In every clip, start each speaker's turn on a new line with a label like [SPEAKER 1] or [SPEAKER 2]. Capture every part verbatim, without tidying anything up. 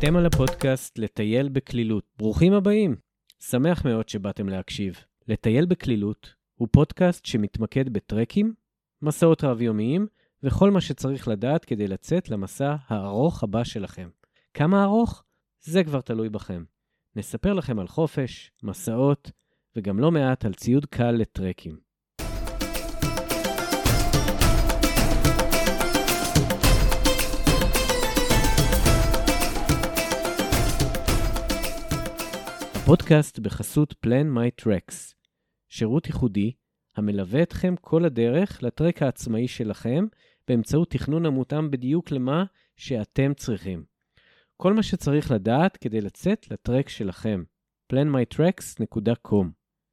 [SPEAKER 1] אתם על הפודקאסט לטייל בכלילות. ברוכים הבאים. שמח מאוד שבאתם להקשיב. לטייל בכלילות הוא פודקאסט שמתמקד בטרקים, מסעות רב-יומיים וכל מה שצריך לדעת כדי לצאת למסע הארוך הבא שלכם. כמה ארוך? זה כבר תלוי בכם. נספר לכם על חופש, מסעות וגם לא מעט על ציוד קל לטרקים. הפודקאסט בחסות Plan My Treks, שירות ייחודי המלווה אתכם כל הדרך לטרק העצמאי שלכם באמצעות תכנון המותאם בדיוק למה שאתם צריכים. כל מה שצריך לדעת כדי לצאת לטרק שלכם. plan my treks dot com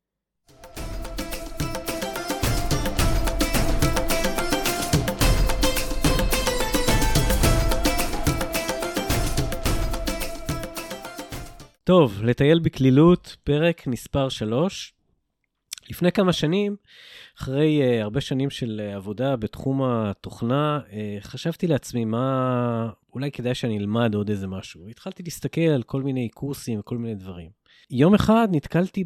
[SPEAKER 1] טוב, לטייל בכלילות, פרק מספר שלוש. לפני כמה שנים, אחרי uh, הרבה שנים של uh, עבודה בתחום התוכנה, uh, חשבתי לעצמי מה, אולי כדאי שאני אלמד עוד איזה משהו. התחלתי להסתכל על כל מיני קורסים וכל מיני דברים. יום אחד נתקלתי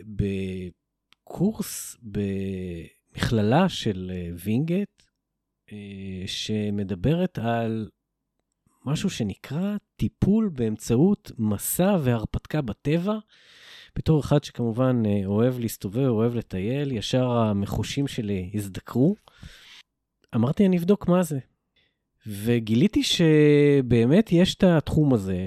[SPEAKER 1] בקורס במכללה של uh, וינגייט, uh, שמדברת על משהו שנקרא טיפול באמצעות מסע והרפתקה בטבע. בתור אחד שכמובן אוהב להסתובב, אוהב לטייל, ישר המחושים שלי הזדקרו. אמרתי, אני אבדוק מה זה. וגיליתי שבאמת יש את התחום הזה,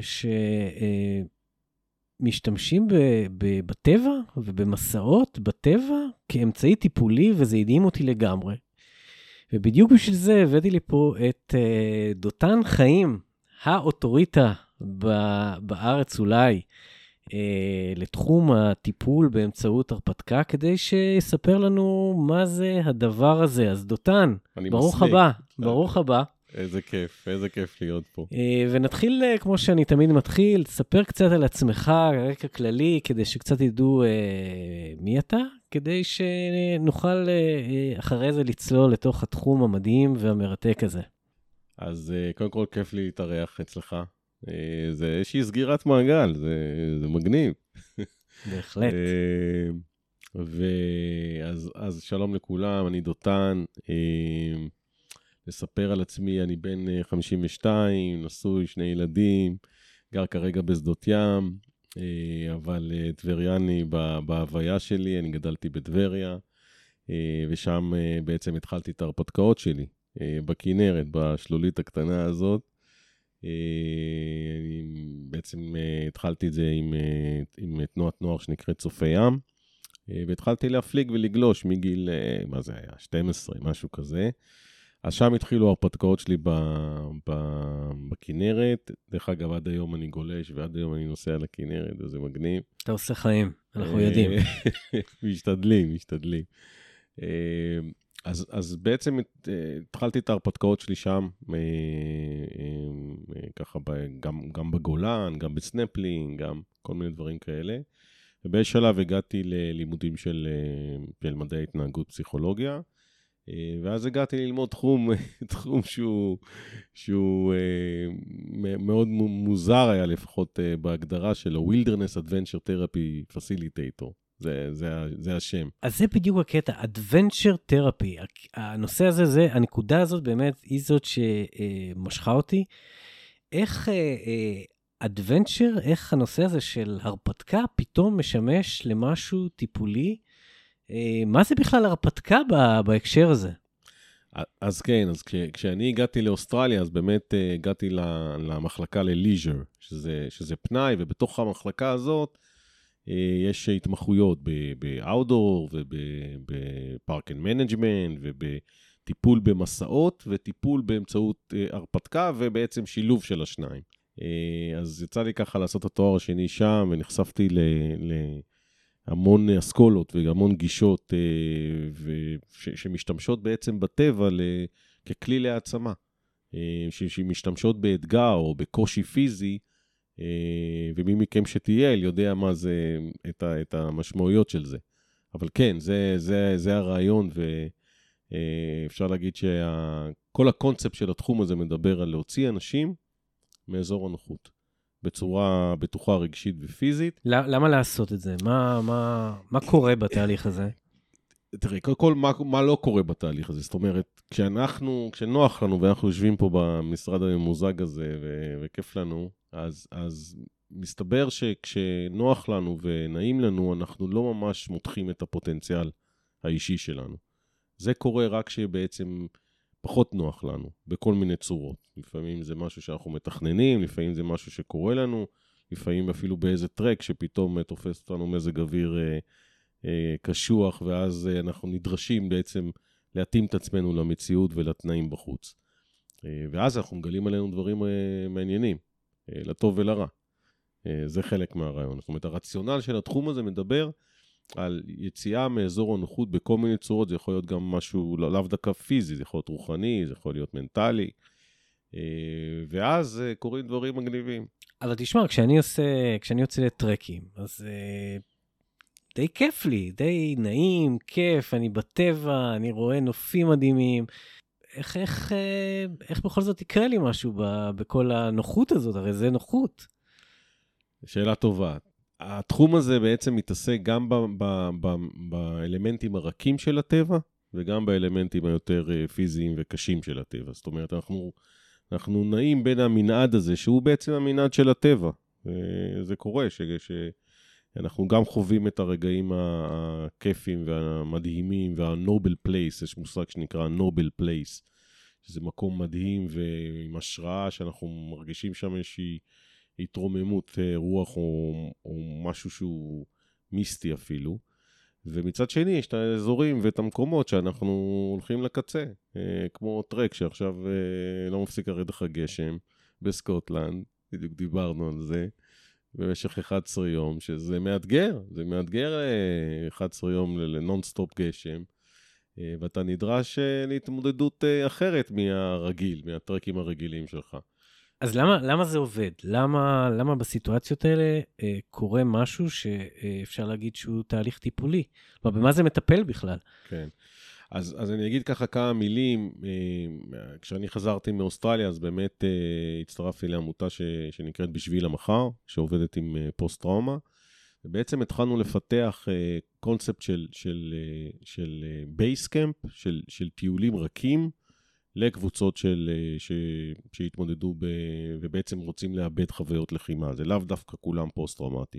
[SPEAKER 1] שמשתמשים בטבע ובמסעות בטבע כאמצעי טיפולי, וזה הדהים אותי לגמרי. ובדיוק בשביל זה הבאתי לי פה את uh, דותן חיים, האוטוריטה בארץ אולי, uh, לתחום הטיפול באמצעות הרפתקה, כדי שיספר לנו מה זה הדבר הזה. אז דותן, ברוך מסליק. הבא, ברוך הבא.
[SPEAKER 2] איזה כיף, איזה כיף להיות פה.
[SPEAKER 1] Uh, ונתחיל, uh, כמו שאני תמיד מתחיל, תספר קצת על עצמך, רקע כללי, כדי שקצת ידעו uh, מי אתה, כדי שנוכל אחרי זה לצלול לתוך התחום המדהים והמרתק הזה.
[SPEAKER 2] אז קודם כל כיף לי להתארח אצלך. זה איזושהי סגירת מעגל, זה, זה מגניב.
[SPEAKER 1] בהחלט.
[SPEAKER 2] ואז אז שלום לכולם, אני דותן. לספר על עצמי, אני בן חמישים ושתיים, נשוי, שני ילדים, גר כרגע בשדות ים. אבל טבריאני בהוויה שלי, אני גדלתי בטבריה, ושם בעצם התחלתי את ההרפתקאות שלי, בכנרת, בשלולית הקטנה הזאת. אני בעצם התחלתי את זה עם, עם תנועת נוער שנקראת צופי ים, והתחלתי להפליג ולגלוש מגיל, מה זה היה? שתים עשרה, משהו כזה. אז שם התחילו ההרפתקאות שלי בכנרת. דרך אגב, עד היום אני גולש, ועד היום אני נוסע לכנרת, וזה מגניב.
[SPEAKER 1] אתה עושה חיים, אנחנו יודעים.
[SPEAKER 2] משתדלים, משתדלים. אז, אז בעצם התחלתי את ההרפתקאות שלי שם, ככה גם, גם בגולן, גם בסנפלינג, גם כל מיני דברים כאלה. ובאיזשהו שלב הגעתי ללימודים של, של מדעי התנהגות פסיכולוגיה, ואז הגעתי ללמוד תחום, תחום שהוא, שהוא מאוד מוזר היה לפחות בהגדרה שלו, Wilderness Adventure Therapy Facilitator. זה, זה, זה השם.
[SPEAKER 1] אז זה בדיוק הקטע, Adventure Therapy. הנושא הזה, זה, הנקודה הזאת באמת היא זאת שמשכה אותי. איך Adventure, איך הנושא הזה של הרפתקה פתאום משמש למשהו טיפולי? מה זה בכלל הרפתקה בהקשר הזה?
[SPEAKER 2] אז כן, אז כשאני הגעתי לאוסטרליה, אז באמת הגעתי למחלקה לליז'ר, שזה, שזה פנאי, ובתוך המחלקה הזאת יש התמחויות באוטדור ובפארק אנד מנג'מנט ובטיפול במסעות וטיפול באמצעות הרפתקה ובעצם שילוב של השניים. אז יצא לי ככה לעשות את התואר השני שם ונחשפתי ל... המון אסכולות והמון גישות שמשתמשות בעצם בטבע ככלי להעצמה, שמשתמשות באתגר או בקושי פיזי, ומי מכם שטייל יודע מה זה, את המשמעויות של זה. אבל כן, זה, זה, זה הרעיון, ואפשר להגיד שכל הקונספט של התחום הזה מדבר על להוציא אנשים מאזור הנוחות, בצורה בטוחה רגשית ופיזית.
[SPEAKER 1] למה לעשות את זה? מה, מה, מה קורה בתהליך הזה?
[SPEAKER 2] תראי, קודם כל, מה, מה לא קורה בתהליך הזה? זאת אומרת, כשאנחנו, כשנוח לנו, ואנחנו יושבים פה במשרד הממוזג הזה, ו- וכיף לנו, אז, אז מסתבר שכשנוח לנו ונעים לנו, אנחנו לא ממש מותחים את הפוטנציאל האישי שלנו. זה קורה רק שבעצם פחות נוח לנו, בכל מיני צורות. לפעמים זה משהו שאנחנו מתכננים, לפעמים זה משהו שקורה לנו, לפעמים אפילו באיזה טרק שפתאום תופס אותנו מזג אוויר אה, אה, קשוח, ואז אה, אנחנו נדרשים בעצם להתאים את עצמנו למציאות ולתנאים בחוץ. אה, ואז אנחנו מגלים עלינו דברים אה, מעניינים, אה, לטוב ולרע. אה, זה חלק מהרעיון. זאת אומרת, הרציונל של התחום הזה מדבר על יציאה מאזור הנוחות בכל מיני צורות. זה יכול להיות גם משהו לאו דווקא פיזי, זה יכול להיות רוחני, זה יכול להיות מנטלי, ואז קורים דברים מגניבים.
[SPEAKER 1] אבל תשמע, כשאני עושה, כשאני יוצא לטרקים, אז די כיף לי, די נעים, כיף, אני בטבע, אני רואה נופים מדהימים. איך, איך, איך בכל זאת יקרה לי משהו בכל הנוחות הזאת? הרי זה נוחות.
[SPEAKER 2] שאלה טובה. התחום הזה בעצם מתעסק גם ב- ב- ב- באלמנטים הרכים של הטבע, וגם באלמנטים היותר פיזיים וקשים של הטבע. זאת אומרת, אנחנו, אנחנו נעים בין המנעד הזה, שהוא בעצם המנעד של הטבע. זה קורה, ש, שאנחנו גם חווים את הרגעים הכיפים והמדהימים, והנובל פלייס, יש מושג שנקרא נובל פלייס, שזה מקום מדהים ועם השראה, שאנחנו מרגישים שם איזושהי התרוממות רוח או, או משהו שהוא מיסטי אפילו. ומצד שני יש את האזורים ואת המקומות שאנחנו הולכים לקצה, כמו טרק שעכשיו לא מפסיק לרדת לך גשם בסקוטלנד, בדיוק דיברנו על זה, במשך אחד עשר יום, שזה מאתגר, זה מאתגר אחד עשר יום לנונסטופ גשם, ואתה נדרש להתמודדות אחרת מהרגיל, מהטרקים הרגילים שלך.
[SPEAKER 1] אז למה, למה זה עובד? למה, למה בסיטואציות האלה אה, קורה משהו שאפשר להגיד שהוא תהליך טיפולי? אבל במה זה מטפל בכלל?
[SPEAKER 2] כן. אז, אז אני אגיד ככה כמה מילים. אה, כשאני חזרתי מאוסטרליה, אז באמת אה, הצטרפתי לעמותה ש, שנקראת בשביל המחר, שעובדת עם אה, פוסט-טראומה. ובעצם התחלנו לפתח אה, קונספט של, של, אה, של אה, בייס קמפ, של, של טיולים רכים, לקבוצות של, ש, שהתמודדו ב, ובעצם רוצים לאבד חוויות לחימה. זה לאו דווקא כולם פוסט-טראומטיים.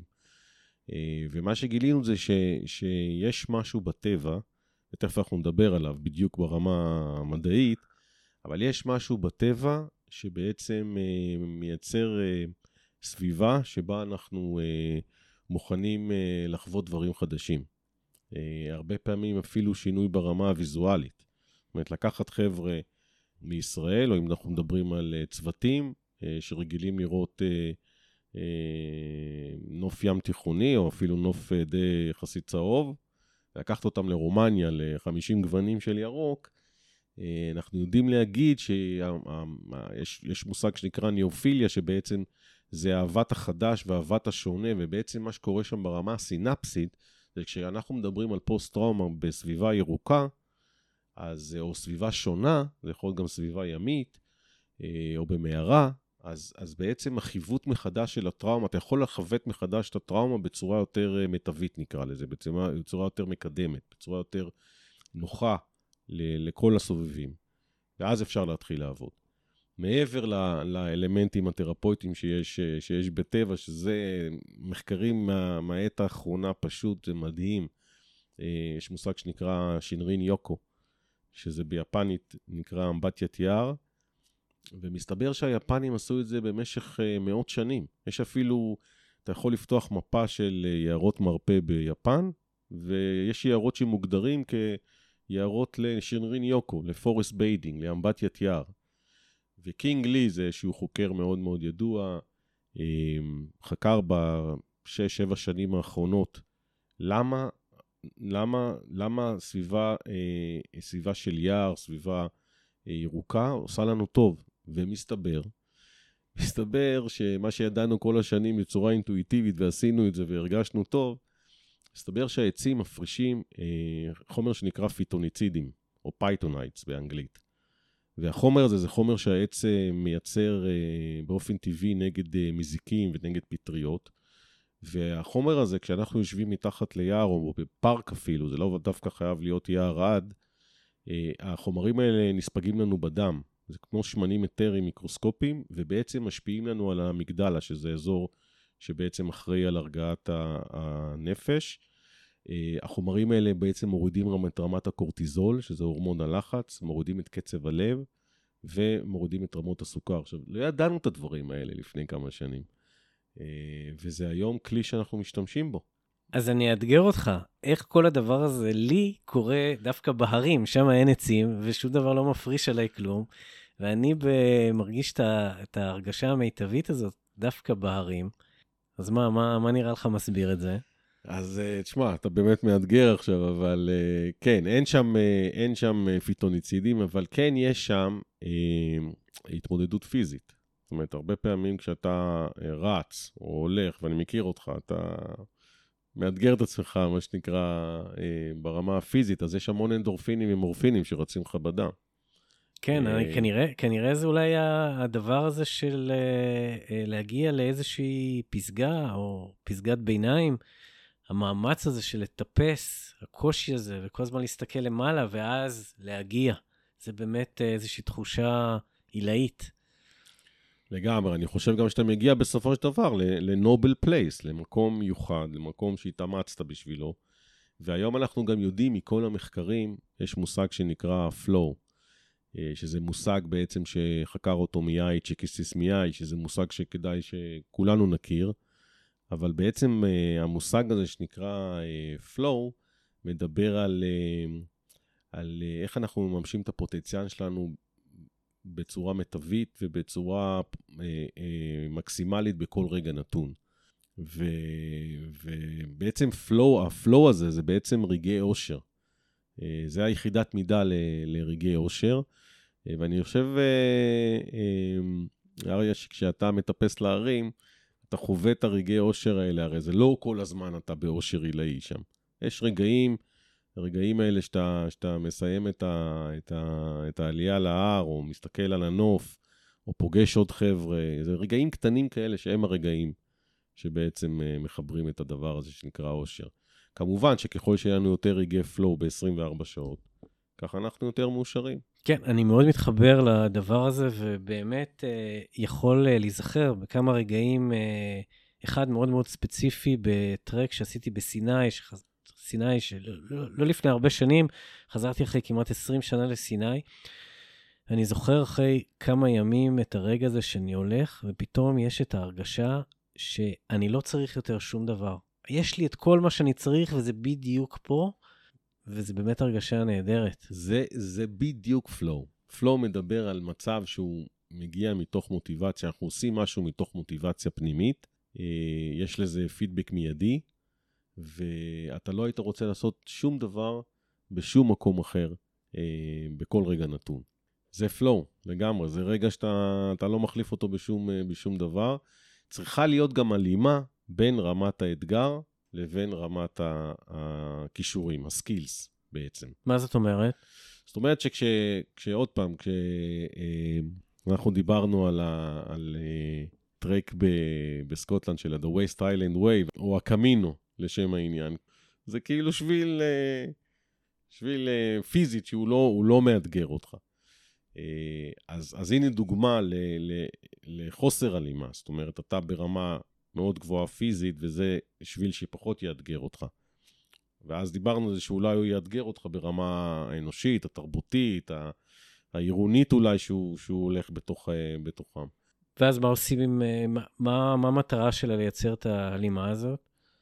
[SPEAKER 2] ומה שגילינו זה ש, שיש משהו בטבע, ותכף אנחנו נדבר עליו בדיוק ברמה המדעית, אבל יש משהו בטבע שבעצם מייצר סביבה שבה אנחנו מוכנים לחוות דברים חדשים. הרבה פעמים אפילו שינוי ברמה הוויזואלית. זאת אומרת, לקחת חבר'ה מישראל, או אם אנחנו מדברים על צוותים שרגילים לראות נוף ים תיכוני, או אפילו נוף די יחסית צהוב, לקחת אותם לרומניה, ל-חמישים גוונים של ירוק, אנחנו יודעים להגיד שיש יש מושג שנקרא ניאופיליה, שבעצם זה אהבת החדש ואהבת השונה, ובעצם מה שקורה שם ברמה הסינפסית, זה כשאנחנו מדברים על פוסט-טראומה בסביבה ירוקה, אז, או סביבה שונה, זה יכול להיות גם סביבה ימית, או במערה, אז, אז בעצם החיוות מחדש של הטראומה, אתה יכול לחוות מחדש את הטראומה בצורה יותר מטבית, נקרא לזה, בצורה, בצורה יותר מקדמת, בצורה יותר נוחה ל, לכל הסובבים. ואז אפשר להתחיל לעבוד. מעבר ל, לאלמנטים התרפויטיים שיש, שיש בטבע, שזה מחקרים מה, מהעת האחרונה פשוט, זה מדהים. יש מושג שנקרא שינרין יוקו, שזה ביפנית נקרא אמבטיית יער, ומסתבר שהיפנים עשו את זה במשך מאות שנים. יש אפילו, אתה יכול לפתוח מפה של יערות מרפא ביפן, ויש יערות שמוגדרים כיערות לשינרין יוקו, לפורסט ביידינג, לאמבטיית יער. וקינג לי זה איזשהו חוקר מאוד מאוד ידוע, חקר בשש, שבע שנים האחרונות, למה למה, למה סביבה, אה, סביבה של יער, סביבה אה, ירוקה, עושה לנו טוב. ומסתבר, מסתבר שמה שידענו כל השנים בצורה אינטואיטיבית, ועשינו את זה והרגשנו טוב, מסתבר שהעצים מפרישים אה, חומר שנקרא פיטוניצידים, או פייטונייטס באנגלית. והחומר הזה זה חומר שהעץ מייצר באופן טבעי נגד מזיקים ונגד פטריות, והחומר הזה, כשאנחנו יושבים מתחת ליער או בפארק אפילו, זה לא דווקא חייב להיות יער עד, החומרים האלה נספגים לנו בדם. זה כמו שמנים מטריים מיקרוסקופיים, ובעצם משפיעים לנו על המגדלה, שזה אזור שבעצם אחראי על הרגעת הנפש. החומרים האלה בעצם מורידים את רמת הקורטיזול, שזה הורמון הלחץ, מורידים את קצב הלב, ומורידים את רמות הסוכר. עכשיו, לא ידענו את הדברים האלה לפני כמה שנים, וזה היום כלי שאנחנו משתמשים בו.
[SPEAKER 1] אז אני אאתגר אותך, איך כל הדבר הזה לי קורה דווקא בהרים, שם אין עצים, ושום דבר לא מפריש עליי כלום, ואני מרגיש את ההרגשה המיטבית הזאת דווקא בהרים. אז מה, מה, מה נראה לך מסביר את זה?
[SPEAKER 2] אז תשמע, אתה באמת מאתגר עכשיו, אבל כן, אין שם, אין שם פיטוניצידים, אבל כן יש שם אה, התמודדות פיזית. זאת אומרת, הרבה פעמים כשאתה רץ או הולך, ואני מכיר אותך, אתה מאתגר את עצמך, מה שנקרא, אה, ברמה הפיזית, אז יש המון אנדורפינים ומורפינים שרצים לך בדם.
[SPEAKER 1] כן, אני, כנראה, כנראה זה אולי הדבר הזה של להגיע לאיזושהי פסגה או פסגת ביניים, המאמץ הזה של לטפס, הקושי הזה, וכל הזמן להסתכל למעלה, ואז להגיע. זה באמת איזושהי תחושה עילאית.
[SPEAKER 2] לגמרי, אני חושב גם שאתה מגיע בסופו של דבר לנובל פלייס, למקום מיוחד, למקום שהתאמצת בשבילו, והיום אנחנו גם יודעים מכל המחקרים, יש מושג שנקרא flow, שזה מושג בעצם שחקר אותו מיאי, צ'קיסיס מיאי, שזה מושג שכדאי שכולנו נכיר, אבל בעצם המושג הזה שנקרא flow, מדבר על, על איך אנחנו מממשים את הפוטנציאל שלנו בצורה מיטבית ובצורה מקסימלית בכל רגע נתון. ו, ובעצם flow, הפלואו הזה זה בעצם רגעי אושר. זה היחידת מידה ל, לרגעי אושר. ואני חושב, אריה, שכשאתה מטפס להרים, אתה חווה את הרגעי אושר האלה, הרי זה לא כל הזמן אתה באושר עילאי שם. יש רגעים, הרגעים האלה שאתה, שאתה מסיים את, ה, את, ה, את העלייה להר, או מסתכל על הנוף, או פוגש עוד חבר'ה, זה רגעים קטנים כאלה שהם הרגעים שבעצם מחברים את הדבר הזה שנקרא אושר. כמובן שככל שיהיה לנו יותר רגעי פלואו ב-עשרים וארבע שעות, ככה אנחנו יותר מאושרים.
[SPEAKER 1] כן, אני מאוד מתחבר לדבר הזה, ובאמת אה, יכול אה, להיזכר בכמה רגעים, אה, אחד מאוד מאוד ספציפי בטרק שעשיתי בסיני, שחז... סיני שלא לא, לא לפני הרבה שנים, חזרתי אחרי כמעט עשרים שנה לסיני, אני זוכר אחרי כמה ימים את הרגע הזה שאני הולך, ופתאום יש את ההרגשה שאני לא צריך יותר שום דבר. יש לי את כל מה שאני צריך, וזה בדיוק פה, וזה באמת הרגשה נהדרת.
[SPEAKER 2] זה, זה בדיוק פלואו. פלואו מדבר על מצב שהוא מגיע מתוך מוטיבציה, אנחנו עושים משהו מתוך מוטיבציה פנימית, יש לזה פידבק מיידי, ואתה לא היית רוצה לעשות שום דבר בשום מקום אחר, בכל רגע נתון. זה פלואו, לגמרי, זה רגע שאתה אתה לא מחליף אותו בשום, בשום דבר. צריכה להיות גם הלימה בין רמת האתגר, לבין רמת הכישורים, הסקילס בעצם.
[SPEAKER 1] מה זאת אומרת?
[SPEAKER 2] זאת אומרת שכשעוד פעם, כשאנחנו דיברנו על, ה, על טרק בסקוטלנד של The West Island Way, או הקמינו לשם העניין, זה כאילו שביל, שביל פיזית שהוא לא, הוא לא מאתגר אותך. אז, אז הנה דוגמה ל, ל, לחוסר הלימה, זאת אומרת, אתה ברמה מאוד גבוהה פיזית, וזה שביל שפחות יאתגר אותך. ואז דיברנו על זה שאולי הוא יאתגר אותך ברמה האנושית, התרבותית, העירונית אולי שהוא, שהוא הולך בתוך, בתוכם.
[SPEAKER 1] ואז מה עושים עם, מה, מה המטרה שלה לייצר את ההלימה הזאת?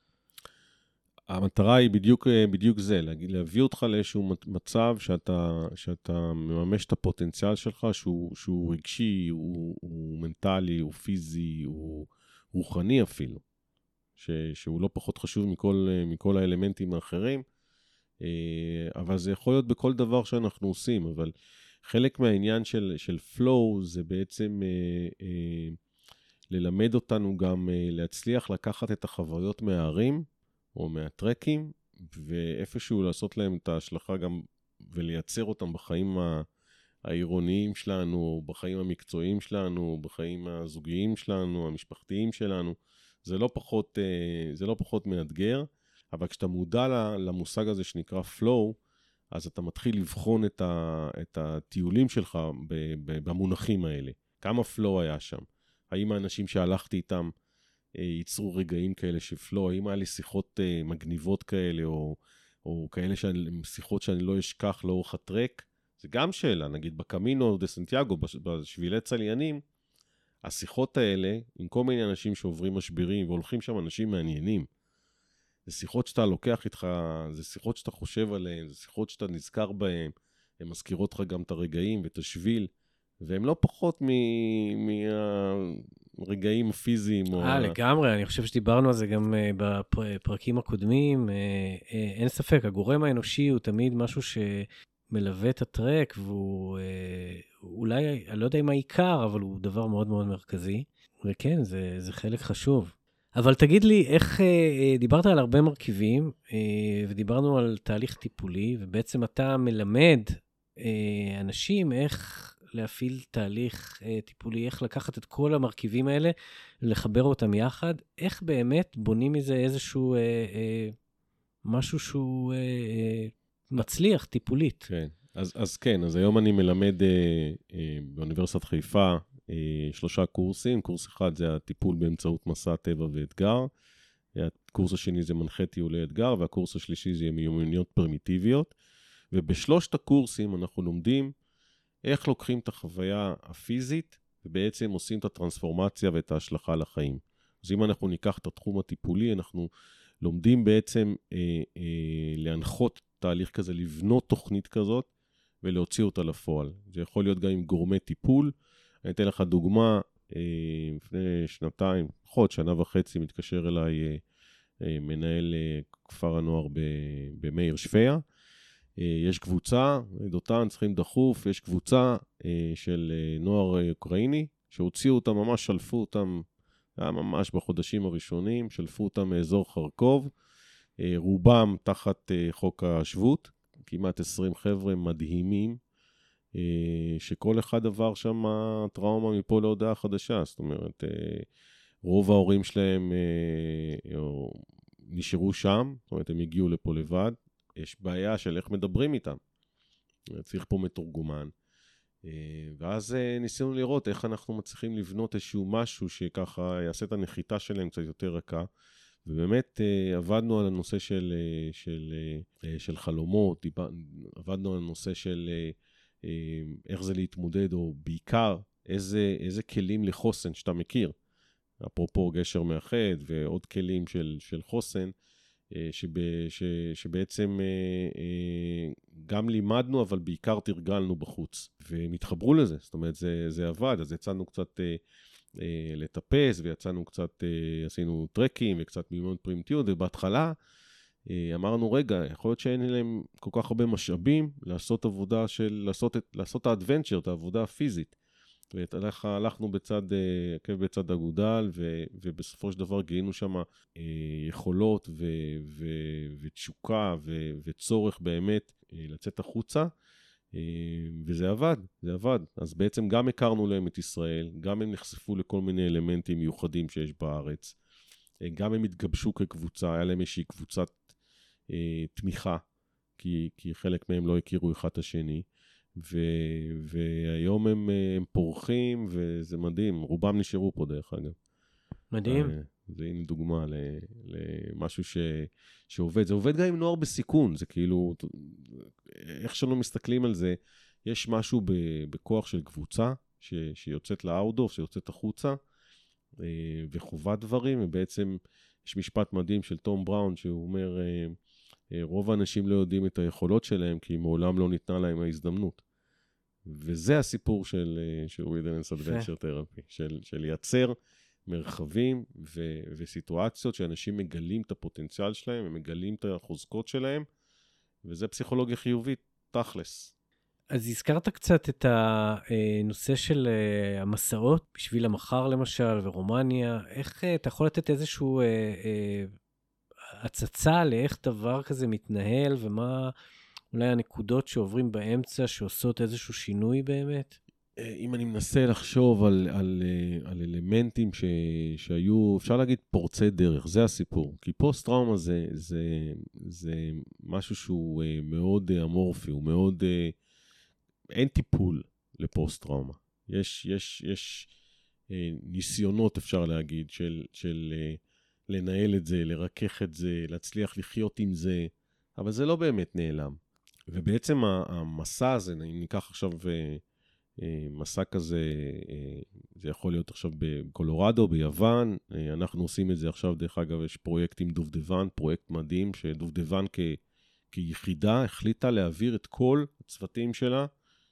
[SPEAKER 2] המטרה היא בדיוק, בדיוק זה, להביא אותך לאיזשהו מצב שאתה, שאתה מממש את הפוטנציאל שלך, שהוא, שהוא רגשי, הוא, הוא מנטלי, הוא פיזי, הוא רוחני אפילו, ש, שהוא לא פחות חשוב מכל, מכל האלמנטים האחרים, אבל זה יכול להיות בכל דבר שאנחנו עושים, אבל חלק מהעניין של, של flow זה בעצם אה, אה, ללמד אותנו גם אה, להצליח לקחת את החוויות מהערים, או מהטרקים, ואיפשהו לעשות להם את ההשלכה גם, ולייצר אותם בחיים העירוניים שלנו, בחיים המקצועיים שלנו, בחיים הזוגיים שלנו, המשפחתיים שלנו. זה לא פחות, זה לא פחות מאתגר, אבל כשאתה מודע למושג הזה שנקרא flow, אז אתה מתחיל לבחון את, ה, את הטיולים שלך במונחים האלה. כמה flow היה שם? האם האנשים שהלכתי איתם ייצרו רגעים כאלה של flow? האם היה לי שיחות מגניבות כאלה, או, או כאלה שאני, שיחות שאני לא אשכח לאורך הטרק? זה גם שאלה, נגיד בקמינו דה סנטיאגו, בשבילי צליינים, השיחות האלה, עם כל מיני אנשים שעוברים משברים, והולכים שם אנשים מעניינים, זה שיחות שאתה לוקח איתך, זה שיחות שאתה חושב עליהן, זה שיחות שאתה נזכר בהן, הן מזכירות לך גם את הרגעים ואת השביל, והן לא פחות מהרגעים הפיזיים.
[SPEAKER 1] אה, לגמרי, אני חושב שדיברנו על זה גם בפרקים הקודמים, אין ספק, הגורם האנושי הוא תמיד משהו שמלווה את הטרק, והוא אולי, אני לא יודע אם העיקר, אבל הוא דבר מאוד מאוד מרכזי, וכן, זה, זה חלק חשוב. אבל תגיד לי, איך, דיברת על הרבה מרכיבים, ודיברנו על תהליך טיפולי, ובעצם אתה מלמד אנשים איך להפעיל תהליך טיפולי, איך לקחת את כל המרכיבים האלה, לחבר אותם יחד, איך באמת בונים מזה איזשהו משהו שהוא מצליח טיפולית.
[SPEAKER 2] כן, אז, אז כן, אז היום אני מלמד באוניברסיטת חיפה, שלושה קורסים. קורס אחד זה הטיפול באמצעות מסע טבע ואתגר, הקורס השני זה מנחה טיולי אתגר, והקורס השלישי זה מיומנויות פרימיטיביות, ובשלושת הקורסים אנחנו לומדים איך לוקחים את החוויה הפיזית, ובעצם עושים את הטרנספורמציה ואת ההשלכה לחיים. אז אם אנחנו ניקח את התחום הטיפולי, אנחנו לומדים בעצם אה, אה, להנחות תהליך כזה, לבנות תוכנית כזאת, ולהוציא אותה לפועל. זה יכול להיות גם עם גורמי טיפול. אני אתן לך דוגמה, לפני שנתיים, פחות, שנה וחצי, מתקשר אליי מנהל כפר הנוער במאיר שפיה. יש קבוצה, דותן, צריכים דחוף, יש קבוצה של נוער אוקראיני, שהוציאו אותם, ממש שלפו אותם, היה ממש בחודשים הראשונים, שלפו אותם מאזור חרקוב, רובם תחת חוק השבות, כמעט עשרים חבר'ה מדהימים, שכל אחד עבר שם טראומה מפה להודעה חדשה. זאת אומרת, רוב ההורים שלהם נשארו שם, זאת אומרת, הם הגיעו לפה לבד. יש בעיה של איך מדברים איתם. צריך פה מתורגמן. ואז ניסינו לראות איך אנחנו מצליחים לבנות איזשהו משהו שככה יעשה את הנחיתה שלהם קצת יותר רכה. ובאמת עבדנו על הנושא של, של, של חלומות, עבדנו על הנושא של איך זה להתמודד, או בעיקר איזה, איזה כלים לחוסן שאתה מכיר. אפרופו גשר מאחד ועוד כלים של, של חוסן, שב, ש, שבעצם גם לימדנו, אבל בעיקר תרגלנו בחוץ. והם התחברו לזה, זאת אומרת, זה, זה עבד, אז יצאנו קצת לטפס, ויצאנו קצת, עשינו טרקים וקצת מיומנות פרימיטיביות, ובהתחלה אמרנו, רגע, יכול להיות שאין להם כל כך הרבה משאבים לעשות עבודה של, לעשות את, לעשות את האדוונצ'ר, את העבודה הפיזית. והלכנו בצד, עקב בצד אגודל, ו, ובסופו של דבר גילינו שם יכולות ו, ו, ותשוקה ו, וצורך באמת לצאת החוצה, וזה עבד, זה עבד. אז בעצם גם הכרנו להם את ישראל, גם הם נחשפו לכל מיני אלמנטים מיוחדים שיש בארץ, גם הם התגבשו כקבוצה, היה להם איזושהי קבוצת אה, תמיכה, כי, כי חלק מהם לא הכירו אחד את השני, ו, והיום הם, הם פורחים, וזה מדהים, רובם נשארו פה דרך אגב.
[SPEAKER 1] מדהים.
[SPEAKER 2] אה, זה הנה דוגמה למשהו ש, שעובד, זה עובד גם עם נוער בסיכון, זה כאילו, איך שלא מסתכלים על זה, יש משהו ב, בכוח של קבוצה, ש, שיוצאת לאאוטדור, שיוצאת החוצה, וחובת דברים, ובעצם יש משפט מדהים של תום בראון, שהוא אומר, רוב האנשים לא יודעים את היכולות שלהם, כי מעולם לא ניתנה להם ההזדמנות. וזה הסיפור של, של Wilderness Adventure Therapy, של, של לייצר מרחבים ו, וסיטואציות שאנשים מגלים את הפוטנציאל שלהם, הם מגלים את החוזקות שלהם, וזה פסיכולוגיה חיובית, תכלס.
[SPEAKER 1] אז הזכרת קצת את הנושא של המסעות, בשביל המחר למשל, ורומניה. איך אתה יכול לתת איזשהו הצצה לאיך דבר כזה מתנהל, ומה אולי הנקודות שעוברים באמצע, שעושות איזשהו שינוי באמת?
[SPEAKER 2] אם אני מנסה לחשוב על, על, על אלמנטים ש, שהיו, אפשר להגיד פורצי דרך, זה הסיפור. כי פוסט-טראומה זה, זה, זה משהו שהוא מאוד אמורפי, הוא מאוד, אין טיפול לפוסט-טראומה. יש, יש, יש ניסיונות, אפשר להגיד, של, של לנהל את זה, לרכך את זה, להצליח לחיות עם זה, אבל זה לא באמת נעלם. ובעצם המסע הזה, אם ניקח עכשיו מסע כזה, זה יכול להיות עכשיו בקולורדו, ביוון, אנחנו עושים את זה עכשיו, דרך אגב, יש פרויקט עם דובדבן, פרויקט מדהים, שדובדבן כ, כיחידה החליטה להעביר את כל הצוותים שלה,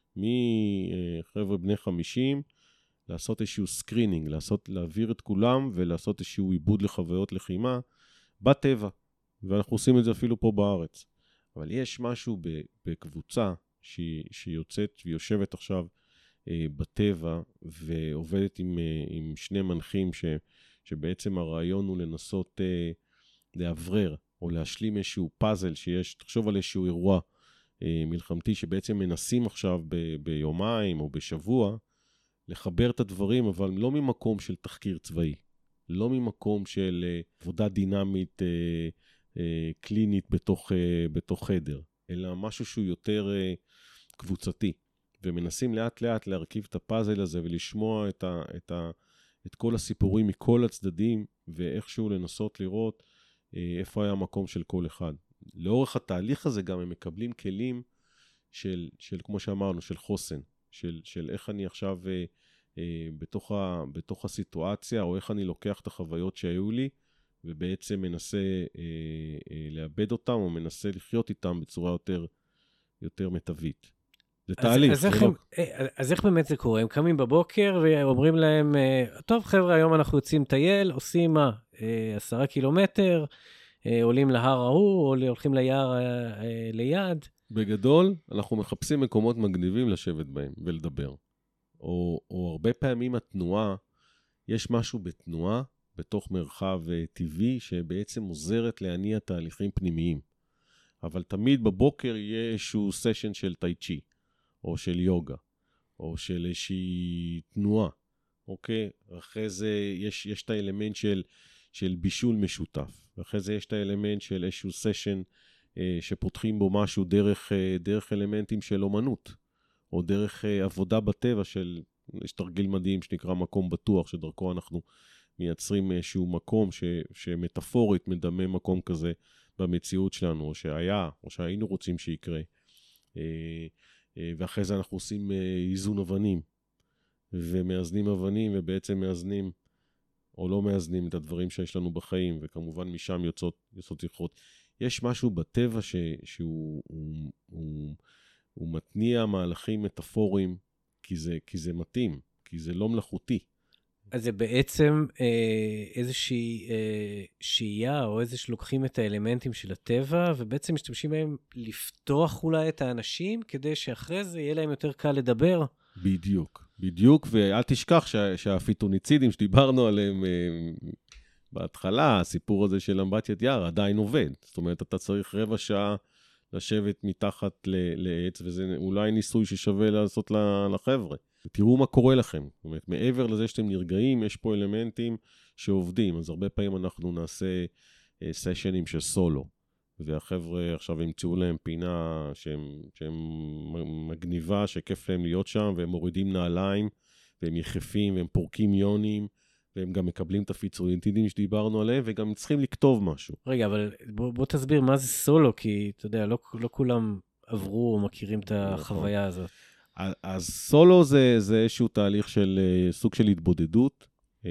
[SPEAKER 2] מחבר'ה בני חמישים, לעשות איזשהו סקרינינג, לעשות, להעביר את כולם ולעשות איזשהו עיבוד לחוויות לחימה בטבע, ואנחנו עושים את זה אפילו פה בארץ. אבל יש משהו בקבוצה שהיא, שיוצאת ויושבת עכשיו אה, בטבע ועובדת עם, אה, עם שני מנחים ש, שבעצם הרעיון הוא לנסות אה, להברר או להשלים איזשהו פאזל שיש, תחשוב על איזשהו אירוע אה, מלחמתי שבעצם מנסים עכשיו ב, ביומיים או בשבוע לחבר את הדברים, אבל לא ממקום של תחקיר צבאי, לא ממקום של אה, עבודה דינמית אה, אה, קלינית בתוך, אה, בתוך חדר, אלא משהו שהוא יותר אה, קבוצתי, ומנסים לאט לאט להרכיב את הפאזל הזה ולשמוע את, ה, את, ה, את כל הסיפורים מכל הצדדים, ואיכשהו לנסות לראות אה, איפה היה המקום של כל אחד. לאורך התהליך הזה גם הם מקבלים כלים של, של כמו שאמרנו, של חוסן, של, של איך אני עכשיו אה, אה, בתוך, ה, בתוך הסיטואציה, או איך אני לוקח את החוויות שהיו לי, ובעצם מנסה אה, אה, לאבד אותם, או מנסה לחיות איתם בצורה יותר, יותר מטבעית. זה
[SPEAKER 1] אז,
[SPEAKER 2] תהליך.
[SPEAKER 1] אז,
[SPEAKER 2] זה
[SPEAKER 1] איך
[SPEAKER 2] לא...
[SPEAKER 1] הם, אז איך באמת זה קורה? הם קמים בבוקר ואומרים להם, טוב חבר'ה, היום אנחנו יוצאים טייל, עושים מה? עשרה קילומטר, עולים להר ההוא, או הולכים ליער ליד?
[SPEAKER 2] בגדול, אנחנו מחפשים מקומות מגניבים לשבת בהם ולדבר. או, או הרבה פעמים התנועה, יש משהו בתנועה, בתוך מרחב טבעי, שבעצם עוזרת להניע תהליכים פנימיים. אבל תמיד בבוקר יהיה איזשהו סשן של טאי צ'י, או של יוגה, או של איזושהי תנועה, אוקיי? אחרי זה יש, יש את האלמנט של, של בישול משותף, ואחרי זה יש את האלמנט של איזשהו סשן, אה, שפותחים בו משהו דרך, אה, דרך אלמנטים של אומנות, או דרך אה, עבודה בטבע של, יש תרגיל מדהים שנקרא מקום בטוח, שדרכו אנחנו מייצרים איזשהו מקום ש, שמטאפורית מדמה מקום כזה במציאות שלנו, או שהיה, או שהיינו רוצים שיקרה. אה, ואחרי זה אנחנו עושים איזון אבנים, ומאזנים אבנים, ובעצם מאזנים, או לא מאזנים את הדברים שיש לנו בחיים, וכמובן משם יוצאות, יוצאות יכולות. יש משהו בטבע ש, שהוא הוא, הוא, הוא מתניע מהלכים מטאפוריים, כי זה, כי זה מתאים, כי זה לא מלאכותי.
[SPEAKER 1] אז זה בעצם אה, איזושהי אה, שהייה, או איזה שלוקחים את האלמנטים של הטבע, ובעצם משתמשים בהם לפתוח אולי את האנשים, כדי שאחרי זה יהיה להם יותר קל לדבר.
[SPEAKER 2] בדיוק, בדיוק, ואל תשכח שה, שהפיטוניצידים שדיברנו עליהם אה, בהתחלה, הסיפור הזה של אמבטיית יער עדיין עובד. זאת אומרת, אתה צריך רבע שעה לשבת מתחת ל, לעץ, וזה אולי ניסוי ששווה לעשות לחבר'ה. תראו מה קורה לכם. זאת אומרת, מעבר לזה שאתם נרגעים, יש פה אלמנטים שעובדים. אז הרבה פעמים אנחנו נעשה אה, סשנים של סולו, והחבר'ה עכשיו ימצאו להם פינה שהם, שהם מגניבה, שכיף להם להיות שם, והם מורידים נעליים, והם יחפים, והם פורקים יונים, והם גם מקבלים את הפיצויינטידים שדיברנו עליהם, וגם צריכים לכתוב משהו.
[SPEAKER 1] רגע, אבל בוא, בוא תסביר מה זה סולו, כי אתה יודע, לא, לא כולם עברו או מכירים את החוויה הזאת.
[SPEAKER 2] אז סולו זה, זה איזשהו תהליך של סוג של התבודדות,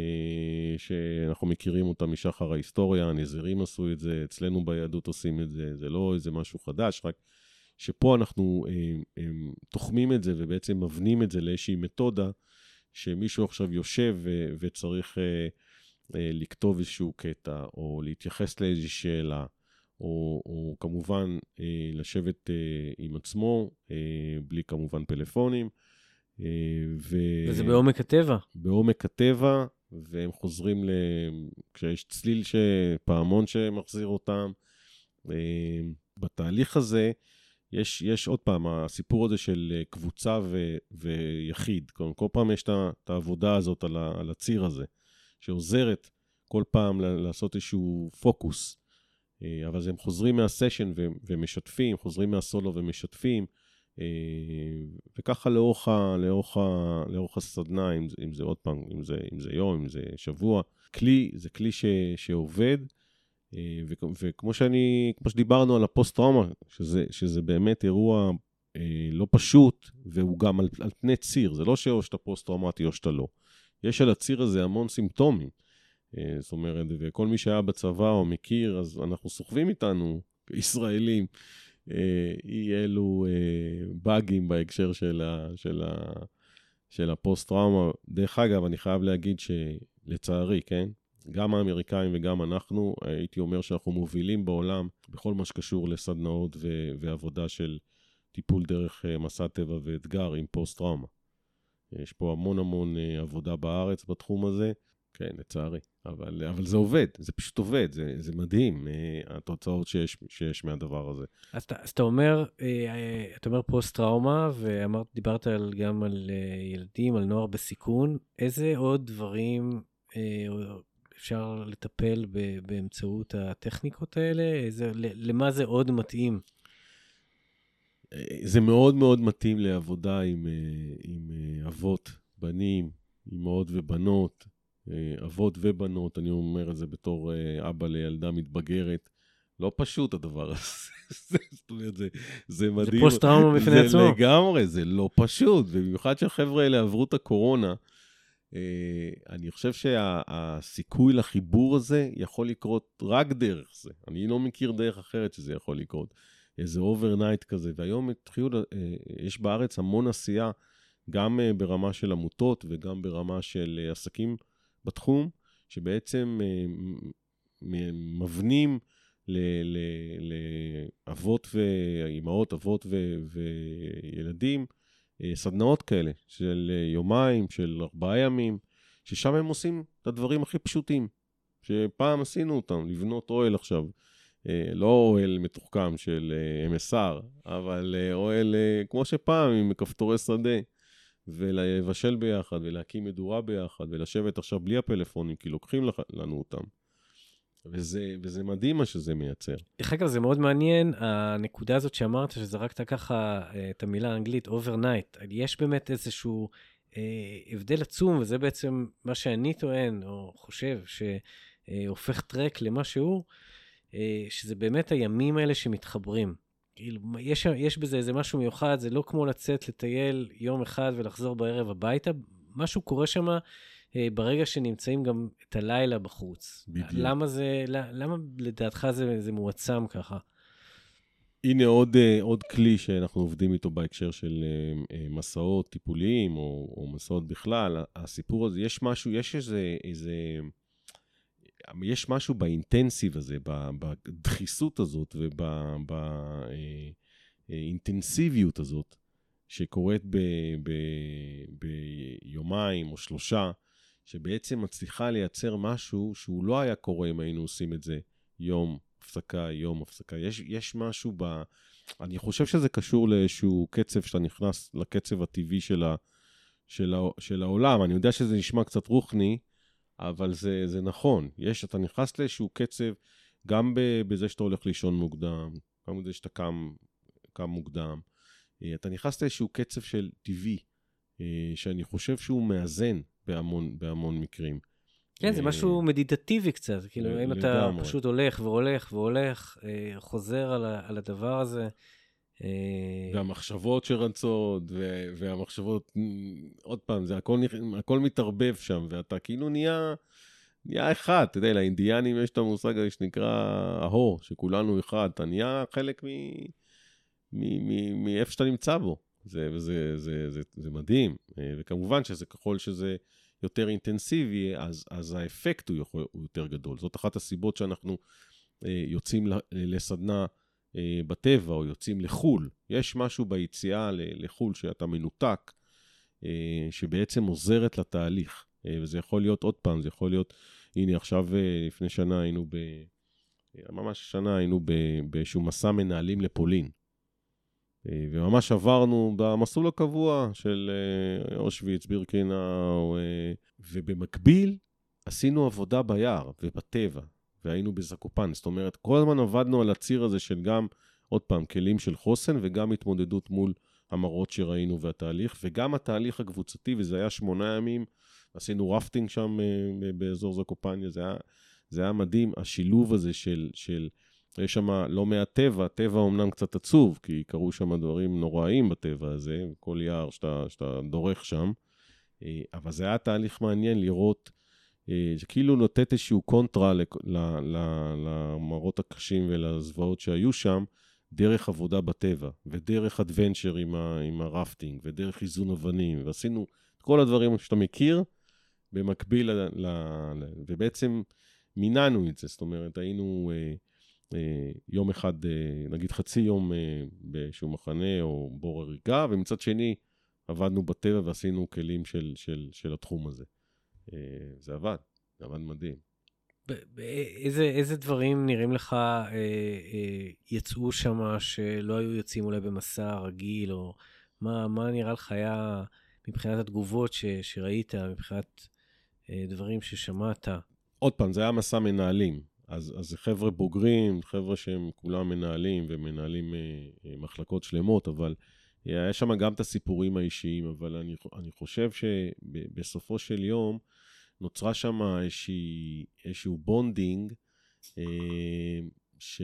[SPEAKER 2] שאנחנו מכירים אותה משחר ההיסטוריה, הנזירים עשו את זה, אצלנו ביהדות עושים את זה, זה לא איזה משהו חדש, רק שפה אנחנו הם, הם, תוחמים את זה ובעצם מבנים את זה לאיזושהי מתודה, שמישהו עכשיו יושב ו, וצריך אה, אה, לכתוב איזשהו קטע, או להתייחס לאיזושהי שאלה, או, או כמובן אה, לשבת אה, עם עצמו, אה, בלי כמובן פלאפונים. אה, ו...
[SPEAKER 1] וזה בעומק הטבע.
[SPEAKER 2] בעומק הטבע, והם חוזרים, ל... כשיש צליל שפעמון שמחזיר אותם. אה, בתהליך הזה, יש, יש עוד פעם, הסיפור הזה של קבוצה ו, ויחיד. כל, כל פעם יש את העבודה הזאת על, ה, על הציר הזה, שעוזרת כל פעם לעשות איזשהו פוקוס. אבל אז הם חוזרים מהסשן ו, ומשתפים, חוזרים מהסולו ומשתפים, וככה לאורך, לאורך, לאורך הסדנה, אם, אם זה עוד פעם, אם זה, אם זה יום, אם זה שבוע. כלי, זה כלי ש, שעובד, וכמו שאני, כמו שדיברנו על הפוסט-טראומה, שזה, שזה באמת אירוע לא פשוט, והוא גם על, על פני ציר, זה לא שאו שאתה פוסט-טראומטי או שאתה לא. יש על הציר הזה המון סימפטומים, זאת אומרת, וכל מי שהיה בצבא או מכיר, אז אנחנו סוחבים איתנו, ישראלים, אי אלו באגים בהקשר של, ה, של, ה, של הפוסט-טראומה. דרך אגב, אני חייב להגיד שלצערי, כן? גם האמריקאים וגם אנחנו, הייתי אומר שאנחנו מובילים בעולם בכל מה שקשור לסדנאות ו- ועבודה של טיפול דרך מסע טבע ואתגר עם פוסט-טראומה. יש פה המון המון עבודה בארץ בתחום הזה, כן, לצערי, אבל, אבל זה עובד, זה פשוט עובד, זה, זה מדהים, התוצאות שיש, שיש מהדבר הזה.
[SPEAKER 1] אז, אז אתה אומר, אתה אומר פוסט-טראומה, ואמרת, דיברת על, גם על ילדים, על נוער בסיכון, איזה עוד דברים אפשר לטפל באמצעות הטכניקות האלה? איזה, למה זה עוד מתאים?
[SPEAKER 2] זה מאוד מאוד מתאים לעבודה עם, עם אבות, בנים, אמהות ובנות, אבות ובנות, אני אומר את זה בתור אבא לילדה מתבגרת, לא פשוט הדבר הזה, זאת אומרת, זה, זה מדהים.
[SPEAKER 1] זה פוסט-טראומה בפני עצמו.
[SPEAKER 2] זה לגמרי, זה לא פשוט, ובמיוחד שהחבר'ה האלה עברו את הקורונה, אני חושב שהסיכוי לחיבור הזה יכול לקרות רק דרך זה. אני לא מכיר דרך אחרת שזה יכול לקרות. איזה אוברנייט כזה. והיום התחילו, יש בארץ המון עשייה, גם ברמה של עמותות וגם ברמה של עסקים בתחום, שבעצם מבנים לאבות ואימהות, אבות וילדים, סדנאות כאלה, של יומיים, של ארבעה ימים, ששם הם עושים את הדברים הכי פשוטים, שפעם עשינו אותם, לבנות אוהל עכשיו, לא אוהל מתוחכם של אם אס אר, אבל אוהל כמו שפעם עם כפתורי שדה, ולבשל ביחד, ולהקים מדורה ביחד, ולשבת עכשיו בלי הפלאפונים, כי לוקחים לנו אותם. וזה, וזה מדהים מה שזה מייצר.
[SPEAKER 1] דרך אגב, זה מאוד מעניין, הנקודה הזאת שאמרת, שזרקת ככה את המילה האנגלית, overnight. יש באמת איזשהו אה, הבדל עצום, וזה בעצם מה שאני טוען, או חושב, שהופך טרק למשהו, אה, שזה באמת הימים האלה שמתחברים. יש, יש בזה איזה משהו מיוחד, זה לא כמו לצאת לטייל יום אחד ולחזור בערב הביתה, משהו קורה שם, ברגע שנמצאים גם את הלילה בחוץ. בדיוק. למה זה, למה לדעתך זה, זה מועצם ככה?
[SPEAKER 2] הנה עוד, עוד כלי שאנחנו עובדים איתו בהקשר של מסעות טיפוליים, או, או מסעות בכלל. הסיפור הזה, יש משהו, יש איזה, איזה, יש משהו באינטנסיב הזה, בדחיסות הזאת, ובאינטנסיביות הזאת, שקורית ב, ב, ביומיים או שלושה, שבעצם מצליחה לייצר משהו שהוא לא היה קורה אם היינו עושים את זה יום הפסקה, יום הפסקה. יש, יש משהו ב... אני חושב שזה קשור לאיזשהו קצב שאתה נכנס לקצב הטבעי של, ה, של, ה, של העולם. אני יודע שזה נשמע קצת רוחני, אבל זה, זה נכון. יש, אתה נכנס לאיזשהו קצב, גם בזה שאתה הולך לישון מוקדם, גם בזה שאתה קם, קם מוקדם. אתה נכנס לאיזשהו קצב של טבעי, שאני חושב שהוא מאזן בהמון, בהמון מקרים.
[SPEAKER 1] כן, זה משהו מדיטטיבי קצת, כאילו, אם אתה פשוט הולך והולך והולך, חוזר על הדבר הזה.
[SPEAKER 2] והמחשבות שרצות, והמחשבות, עוד פעם, זה הכל, הכל מתערבב שם, ואתה כאילו נהיה, נהיה אחד, אתה יודע, לאינדיאנים יש את המושג הזה שנקרא ההור, שכולנו אחד, אתה נהיה חלק מ... מאיפה שאתה נמצא בו. זה, וזה, זה, זה, זה מדהים. וכמובן שזה ככל שזה יותר אינטנסיבי, אז, אז האפקט הוא, יכול, הוא יותר גדול. זאת אחת הסיבות שאנחנו יוצאים לסדנה בטבע, או יוצאים לחול. יש משהו ביציאה לחול שאתה מנותק, שבעצם עוזרת לתהליך. וזה יכול להיות עוד פעם, זה יכול להיות, הנה עכשיו לפני שנה היינו ב... ממש שנה היינו באיזשהו מסע מנהלים לפולין. וממש עברנו במסלול הקבוע של אושוויץ, בירקנאו, ובמקביל עשינו עבודה ביער ובטבע, והיינו בזקופן. זאת אומרת, כל הזמן עבדנו על הציר הזה של גם, עוד פעם, כלים של חוסן, וגם התמודדות מול המראות שראינו והתהליך, וגם התהליך הקבוצתי, וזה היה שמונה ימים, עשינו רפטינג שם באזור זקופניה, זה היה, זה היה מדהים, השילוב הזה של, של יש שם לא מעט טבע, טבע אומנם קצת עצוב, כי קרו שם דברים נוראים בטבע הזה, כל יער שאתה, שאתה דורך שם, אבל זה היה תהליך מעניין לראות, שכאילו נותנת איזשהו קונטרה למראות הקשים ולזוועות שהיו שם, דרך עבודה בטבע, ודרך אדוונצ'ר עם, ה, עם הרפטינג, ודרך איזון אבנים, ועשינו את כל הדברים שאתה מכיר, במקביל, ל, ל, ובעצם מיננו את זה, זאת אומרת, היינו אה, אה, יום אחד, אה, נגיד חצי יום אה, באיזשהו מחנה, או בור הריגה, ומצד שני, עבדנו בטבע ועשינו כלים של, של, של התחום הזה. אה, זה עבד, זה עבד מדהים.
[SPEAKER 1] איזה, איזה דברים נראים לך אה, אה, יצאו שם שלא היו יוצאים אולי במסע רגיל, או מה, מה נראה לך היה מבחינת התגובות ש, שראית, מבחינת אה, דברים ששמעת?
[SPEAKER 2] עוד פעם, זה היה מסע מנהלים, אז, אז חבר'ה בוגרים, חבר'ה שהם כולם מנהלים ומנהלים אה, אה, מחלקות שלמות, אבל היה שם גם את הסיפורים האישיים, אבל אני, אני חושב שבסופו של יום, נוצרה שם איזושהי, איזשהו בונדינג, אה, ש...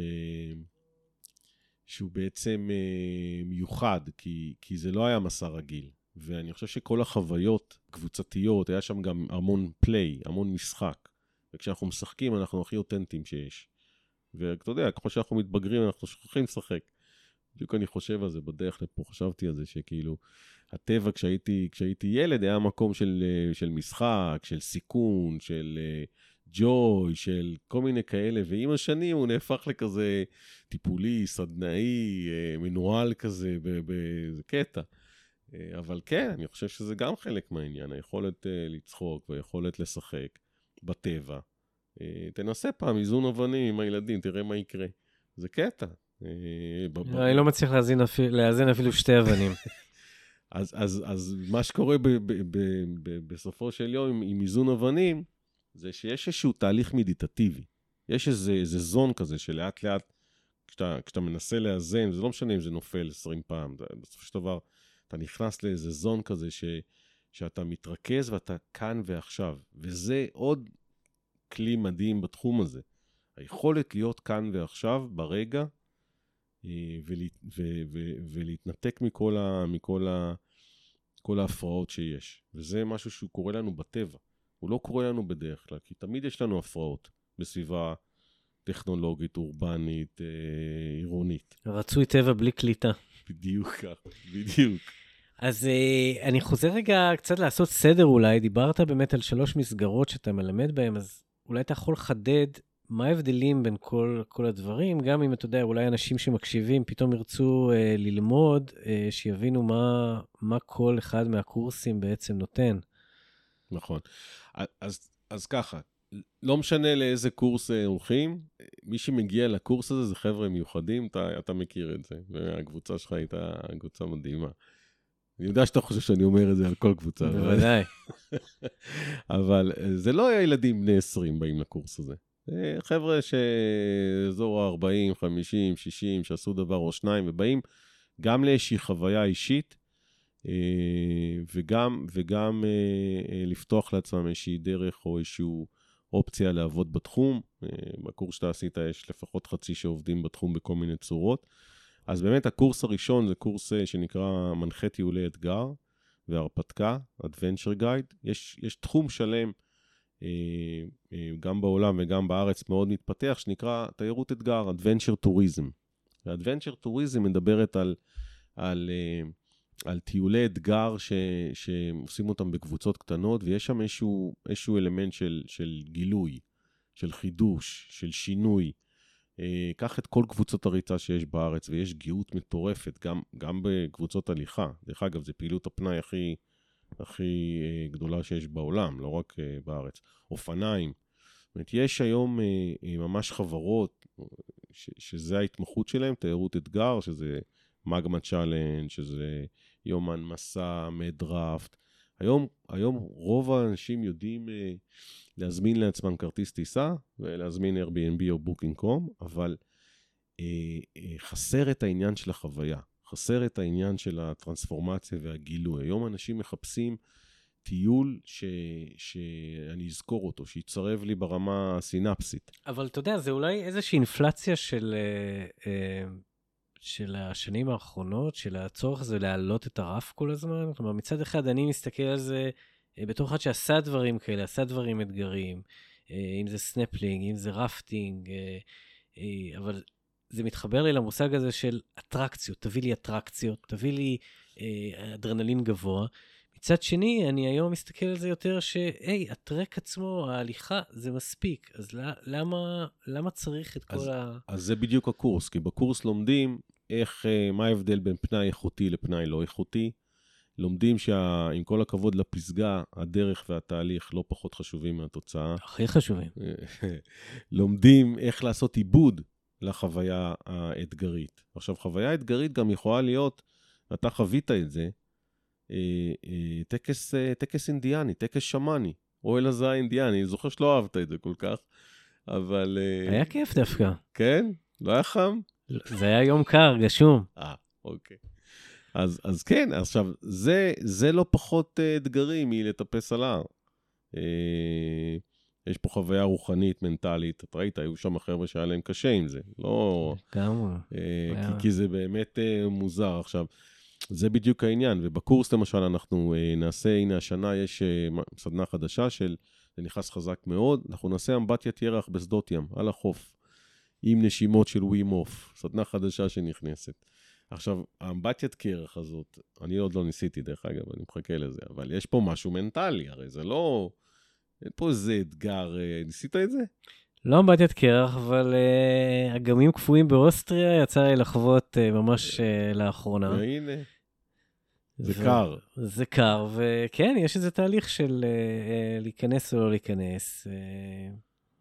[SPEAKER 2] שהוא בעצם אה, מיוחד, כי, כי זה לא היה מסע רגיל. ואני חושב שכל החוויות קבוצתיות, היה שם גם המון פליי, המון משחק. וכשאנחנו משחקים, אנחנו הכי אותנטיים שיש. ואתה יודע, ככל שאנחנו מתבגרים, אנחנו שוכחים לשחק. בדיוק אני חושב על זה, בדרך לפה חשבתי על זה, שכאילו, הטבע כשהייתי, כשהייתי ילד היה מקום של, של משחק, של סיכון, של ג'וי, של כל מיני כאלה, ועם השנים הוא נהפך לכזה טיפולי, סדנאי, מנוהל כזה, באיזה קטע. אבל כן, אני חושב שזה גם חלק מהעניין, היכולת לצחוק והיכולת לשחק בטבע. תנסה פעם איזון אבנים עם הילדים, תראה מה יקרה. זה קטע.
[SPEAKER 1] אני לא מצליח לאזן אפילו שתי אבנים.
[SPEAKER 2] אז, אז, אז מה שקורה ב, ב, ב, ב, בסופו של יום עם, עם איזון אבנים, זה שיש איזשהו תהליך מדיטטיבי. יש איזה, איזה זון כזה שלאט לאט, כשאתה, כשאתה מנסה לאזן, זה לא משנה אם זה נופל עשרים פעם, בסופו של דבר, אתה נכנס לאיזה זון כזה ש, שאתה מתרכז ואתה כאן ועכשיו. וזה עוד כלי מדהים בתחום הזה. היכולת להיות כאן ועכשיו ברגע, ולה, ו, ו, ולהתנתק מכל, ה, מכל ה, כל ההפרעות שיש. וזה משהו שהוא קורה לנו בטבע. הוא לא קורה לנו בדרך כלל, כי תמיד יש לנו הפרעות בסביבה טכנולוגית, אורבנית, אה, עירונית.
[SPEAKER 1] רצוי טבע בלי קליטה.
[SPEAKER 2] בדיוק כך, בדיוק.
[SPEAKER 1] אז אה, אני חוזר רגע קצת לעשות סדר אולי. דיברת באמת על שלוש מסגרות שאתה מלמד בהן, אז אולי אתה יכול לחדד מה ההבדלים בין כל, כל הדברים, גם אם אתה יודע, אולי אנשים שמקשיבים פתאום ירצו אה, ללמוד, אה, שיבינו מה, מה כל אחד מהקורסים בעצם נותן.
[SPEAKER 2] נכון. אז, אז ככה, לא משנה לאיזה קורס הולכים, מי שמגיע לקורס הזה זה חבר'ה מיוחדים, אתה, אתה מכיר את זה, והקבוצה שלך הייתה קבוצה מדהימה. אני יודע שאתה חושב שאני אומר את זה על כל קבוצה.
[SPEAKER 1] בוודאי.
[SPEAKER 2] אבל זה לא היה ילדים בני עשרים באים לקורס הזה. חבר'ה שאזור ה-ארבעים, חמישים, שישים, שעשו דבר או שניים, ובאים גם לאיזושהי חוויה אישית, וגם, וגם לפתוח לעצמם איזושהי דרך או איזושהי אופציה לעבוד בתחום. בקורס שאתה עשית יש לפחות חצי שעובדים בתחום בכל מיני צורות. אז באמת הקורס הראשון זה קורס שנקרא מנחה טיולי אתגר והרפתקה, Adventure Guide. יש, יש תחום שלם, גם בעולם וגם בארץ מאוד מתפתח, שנקרא תיירות אתגר, Adventure Tourism. ו-Adventure Tourism מדברת על, על, על טיולי אתגר ש, שעושים אותם בקבוצות קטנות, ויש שם איזשהו, איזשהו אלמנט של, של גילוי, של חידוש, של שינוי. קח את כל קבוצות הריצה שיש בארץ, ויש גאות מטורפת, גם, גם בקבוצות הליכה. דרך אגב, זה פעילות הפנאי הכי, הכי גדולה שיש בעולם, לא רק בארץ. אופניים. זאת אומרת, יש היום ממש חברות, ש, שזה ההתמחות שלהם, תיירות אתגר, שזה מגמה צ'אלנג', שזה יומן מסע, מדראפט. היום, היום רוב האנשים יודעים אה, להזמין לעצמם כרטיס טיסה, ולהזמין Airbnb או בוקינג דוט קום, אבל אה, אה, חסר את העניין של החוויה, חסר את העניין של הטרנספורמציה והגילוי. היום אנשים מחפשים טיול ש... שאני אזכור אותו, שיצרב לי ברמה הסינפסית.
[SPEAKER 1] אבל אתה יודע, זה אולי איזושהי אינפלציה של, של השנים האחרונות, של הצורך הזה להעלות את הרף כל הזמן. כלומר, מצד אחד אני מסתכל על זה בתור אחד שעשה דברים כאלה, עשה דברים אתגריים, אם זה סנפלינג, אם זה רפטינג, אבל זה מתחבר לי למושג הזה של אטרקציות, תביא לי אטרקציות, תביא לי אדרנלין גבוה. מצד שני, אני היום מסתכל על זה יותר שהי, הטרק עצמו, ההליכה, זה מספיק. אז למה, למה צריך את כל
[SPEAKER 2] אז,
[SPEAKER 1] ה...
[SPEAKER 2] אז זה בדיוק הקורס, כי בקורס לומדים איך, מה ההבדל בין פנאי איכותי לפנאי לא איכותי. לומדים שעם כל הכבוד לפסגה, הדרך והתהליך לא פחות חשובים מהתוצאה.
[SPEAKER 1] הכי חשובים.
[SPEAKER 2] לומדים איך לעשות עיבוד לחוויה האתגרית. עכשיו, חוויה אתגרית גם יכולה להיות, אתה חווית את זה, טקס, טקס אינדיאני, טקס שמאני, אוהל הזעה אינדיאני, אני זוכר שלא אהבת את זה כל כך, אבל...
[SPEAKER 1] היה כיף דווקא.
[SPEAKER 2] כן? לא היה חם?
[SPEAKER 1] זה היה יום קר, גשום.
[SPEAKER 2] אה, אוקיי. אז, אז כן, עכשיו, זה, זה לא פחות אתגרי מלטפס על ההר. יש פה חוויה רוחנית, מנטלית, את ראית, היו שם החבר'ה שהיה להם קשה עם זה, לא...
[SPEAKER 1] גם.
[SPEAKER 2] כי, כי זה באמת מוזר. עכשיו, זה בדיוק העניין, ובקורס למשל אנחנו נעשה, הנה השנה יש סדנה חדשה של, זה נכנס חזק מאוד, אנחנו נעשה אמבטיית ירח בשדות ים, על החוף, עם נשימות של ווים אוף, סדנה חדשה שנכנסת. עכשיו, האמבטיית קרח הזאת, אני עוד לא ניסיתי דרך אגב, אני מחכה לזה, אבל יש פה משהו מנטלי, הרי זה לא, אין פה איזה אתגר, ניסית את זה?
[SPEAKER 1] לא אמבטיית קרח, אבל uh, אגמים קפואים באוסטריה יצא לי לחוות uh, ממש uh, לאחרונה.
[SPEAKER 2] והנה, זה ו- קר.
[SPEAKER 1] זה קר, וכן, יש איזה תהליך של uh, uh, להיכנס או לא להיכנס. Uh,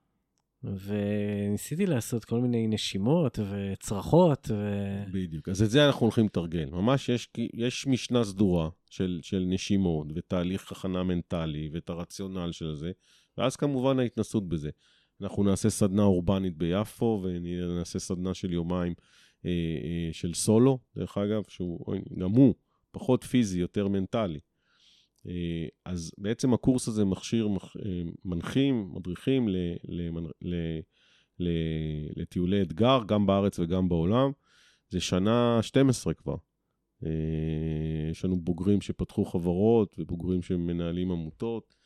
[SPEAKER 1] וניסיתי לעשות כל מיני נשימות וצרחות. ו...
[SPEAKER 2] בדיוק, אז את זה אנחנו הולכים לתרגל. ממש יש, יש משנה סדורה של, של נשימות ותהליך הכנה מנטלי ואת הרציונל של זה, ואז כמובן ההתנסות בזה. אנחנו נעשה סדנה אורבנית ביפו, ונעשה סדנה של יומיים אה, אה, של סולו, דרך אגב, שהוא גם הוא פחות פיזי, יותר מנטלי. אה, אז בעצם הקורס הזה מכשיר אה, מנחים, מדריכים ל, ל, ל, ל, לטיולי אתגר, גם בארץ וגם בעולם. זה שנה שתים עשרה כבר. אה, יש לנו בוגרים שפתחו חברות, ובוגרים שמנהלים עמותות.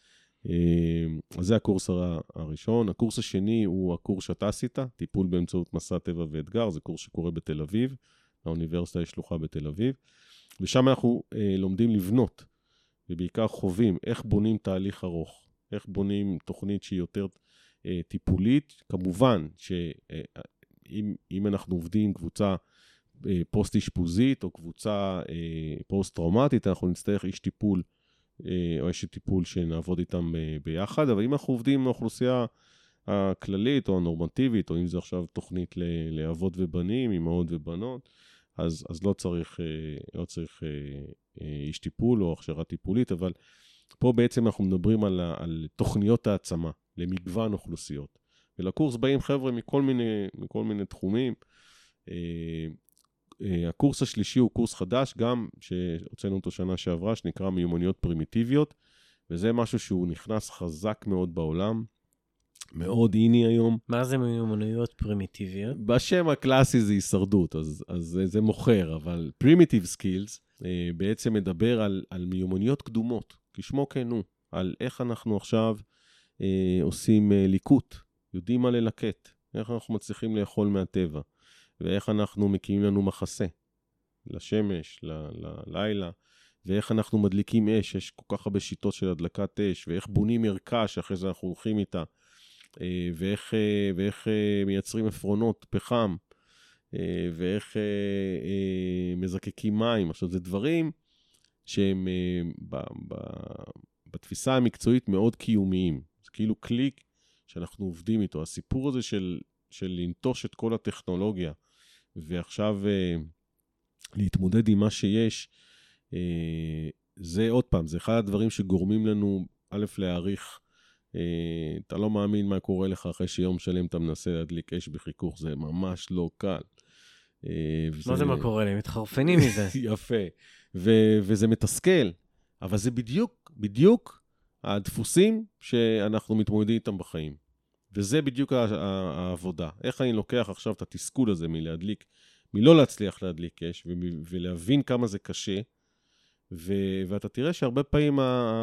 [SPEAKER 2] אז זה הקורס הראשון. הקורס השני הוא הקורס שאתה עשית, טיפול באמצעות מסע טבע ואתגר, זה קורס שקורה בתל אביב, האוניברסיטה יש שלוחה בתל אביב, ושם אנחנו אה, לומדים לבנות, ובעיקר חווים איך בונים תהליך ארוך, איך בונים תוכנית שהיא יותר אה, טיפולית, כמובן שאם אם אנחנו עובדים עם קבוצה אה, פוסט-אשפוזית, או קבוצה אה, פוסט-טראומטית, אנחנו נצטרך איש טיפול, או יש טיפול שנעבוד איתם ביחד, אבל אם אנחנו עובדים עם האוכלוסייה הכללית או הנורמטיבית, או אם זה עכשיו תוכנית לאבות ובנים, אמהות ובנות, אז, אז לא צריך, לא צריך איש טיפול או הכשרה טיפולית, אבל פה בעצם אנחנו מדברים על, על תוכניות העצמה למגוון אוכלוסיות. ולקורס באים חבר'ה מכל מיני, מכל מיני תחומים. הקורס השלישי הוא קורס חדש, גם שהוצאנו אותו שנה שעברה, שנקרא מיומנויות פרימיטיביות, וזה משהו שהוא נכנס חזק מאוד בעולם, מאוד איני היום.
[SPEAKER 1] מה זה מיומנויות פרימיטיביות?
[SPEAKER 2] בשם הקלאסי זה הישרדות, אז, אז זה מוכר, אבל primitive skills בעצם מדבר על, על מיומנויות קדומות, כשמו כן הוא, על איך אנחנו עכשיו אה, עושים אה, ליקוט, יודעים מה ללקט, איך אנחנו מצליחים לאכול מהטבע, ואיך אנחנו מקימים לנו מחסה, לשמש, ללילה, ואיך אנחנו מדליקים אש, יש כל כך הרבה שיטות של הדלקת אש, ואיך בונים ערכה שאחרי זה אנחנו הולכים איתה, ואיך, ואיך מייצרים עפרונות פחם, ואיך מזקקים מים. עכשיו, זה דברים שהם ב, ב, בתפיסה המקצועית מאוד קיומיים. זה כאילו קליק שאנחנו עובדים איתו. הסיפור הזה של, של לנטוש את כל הטכנולוגיה, ועכשיו להתמודד עם מה שיש, זה עוד פעם, זה אחד הדברים שגורמים לנו, א', להעריך, אתה לא מאמין מה קורה לך אחרי שיום שלם אתה מנסה להדליק אש בחיכוך, זה ממש לא קל.
[SPEAKER 1] מה זה מה קורה לי? מתחרפנים מזה.
[SPEAKER 2] יפה. וזה מתסכל, אבל זה בדיוק, בדיוק הדפוסים שאנחנו מתמודדים איתם בחיים. וזה בדיוק העבודה. איך אני לוקח עכשיו את התסכול הזה מלהדליק, מלא להצליח להדליק אש, ולהבין כמה זה קשה, ואתה תראה שהרבה פעמים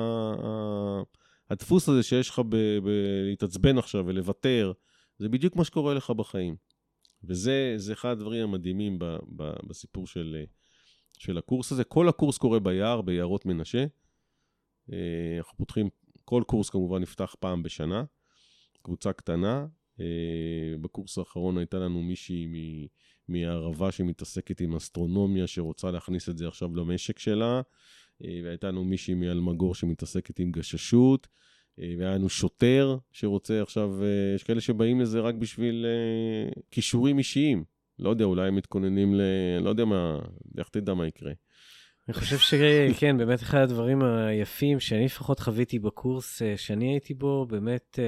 [SPEAKER 2] הדפוס הזה שיש לך להתעצבן עכשיו ולוותר, זה בדיוק מה שקורה לך בחיים. וזה זה אחד הדברים המדהימים ב, ב, בסיפור של, של הקורס הזה. כל הקורס קורה ביער, ביערות מנשה. אנחנו פותחים, כל קורס כמובן נפתח פעם בשנה, קבוצה קטנה. בקורס האחרון הייתה לנו מישהי מהערבה שמתעסקת עם אסטרונומיה, שרוצה להכניס את זה עכשיו למשק שלה, והייתה לנו מישהי מאלמגור שמתעסקת עם גששות, והיה לנו שוטר שרוצה עכשיו, יש כאלה שבאים לזה רק בשביל כישורים אישיים. לא יודע, אולי הם מתכוננים ל... לא יודע מה, איך תדע מה יקרה.
[SPEAKER 1] אני חושב שכן, באמת אחד הדברים היפים שאני לפחות חוויתי בקורס שאני הייתי בו, באמת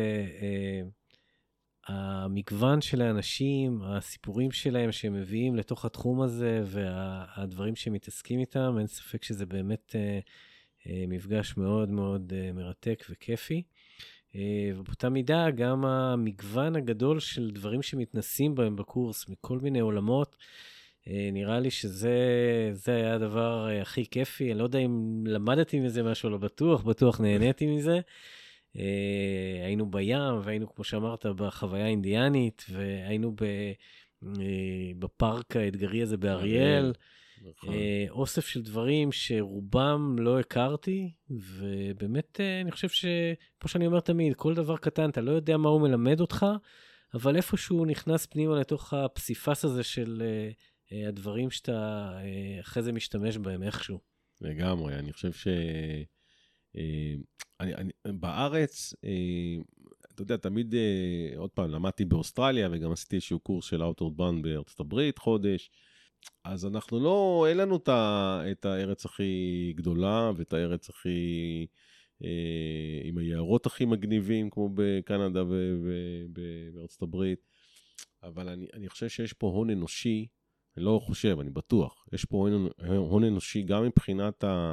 [SPEAKER 1] המגוון של האנשים, הסיפורים שלהם שהם מביאים לתוך התחום הזה, והדברים שהם מתעסקים איתם, אין ספק שזה באמת מפגש מאוד מאוד מרתק וכיפי. ובאותה מידה גם המגוון הגדול של דברים שמתנסים בהם בקורס, מכל מיני עולמות, נראה לי שזה זה היה הדבר הכי כיפי. אני לא יודע אם למדתי מזה משהו, לא בטוח, בטוח נהניתי מזה. היינו בים, והיינו, כמו שאמרת, בחוויה אינדיאנית, והיינו בפארק האתגרי הזה באריאל. אוסף של דברים שרובם לא הכרתי, ובאמת אני חושב שפה שאני אומר תמיד, כל דבר קטן, אתה לא יודע מה הוא מלמד אותך, אבל איפשהו נכנס פנימה לתוך הפסיפס הזה של הדברים שאתה אחרי זה משתמש בהם איכשהו.
[SPEAKER 2] לגמרי, אני חושב ש... אני, אני, בארץ, אתה יודע, תמיד, עוד פעם, למדתי באוסטרליה, וגם עשיתי איזשהו קורס של Outward Bound בארצות הברית, חודש, אז אנחנו לא, אין לנו את הארץ הכי גדולה, ואת הארץ הכי, עם היערות הכי מגניבים, כמו בקנדה ובארצות הברית, אבל אני, אני חושב שיש פה הון אנושי, אני לא חושב, אני בטוח, יש פה הון, הון אנושי גם מבחינת ה...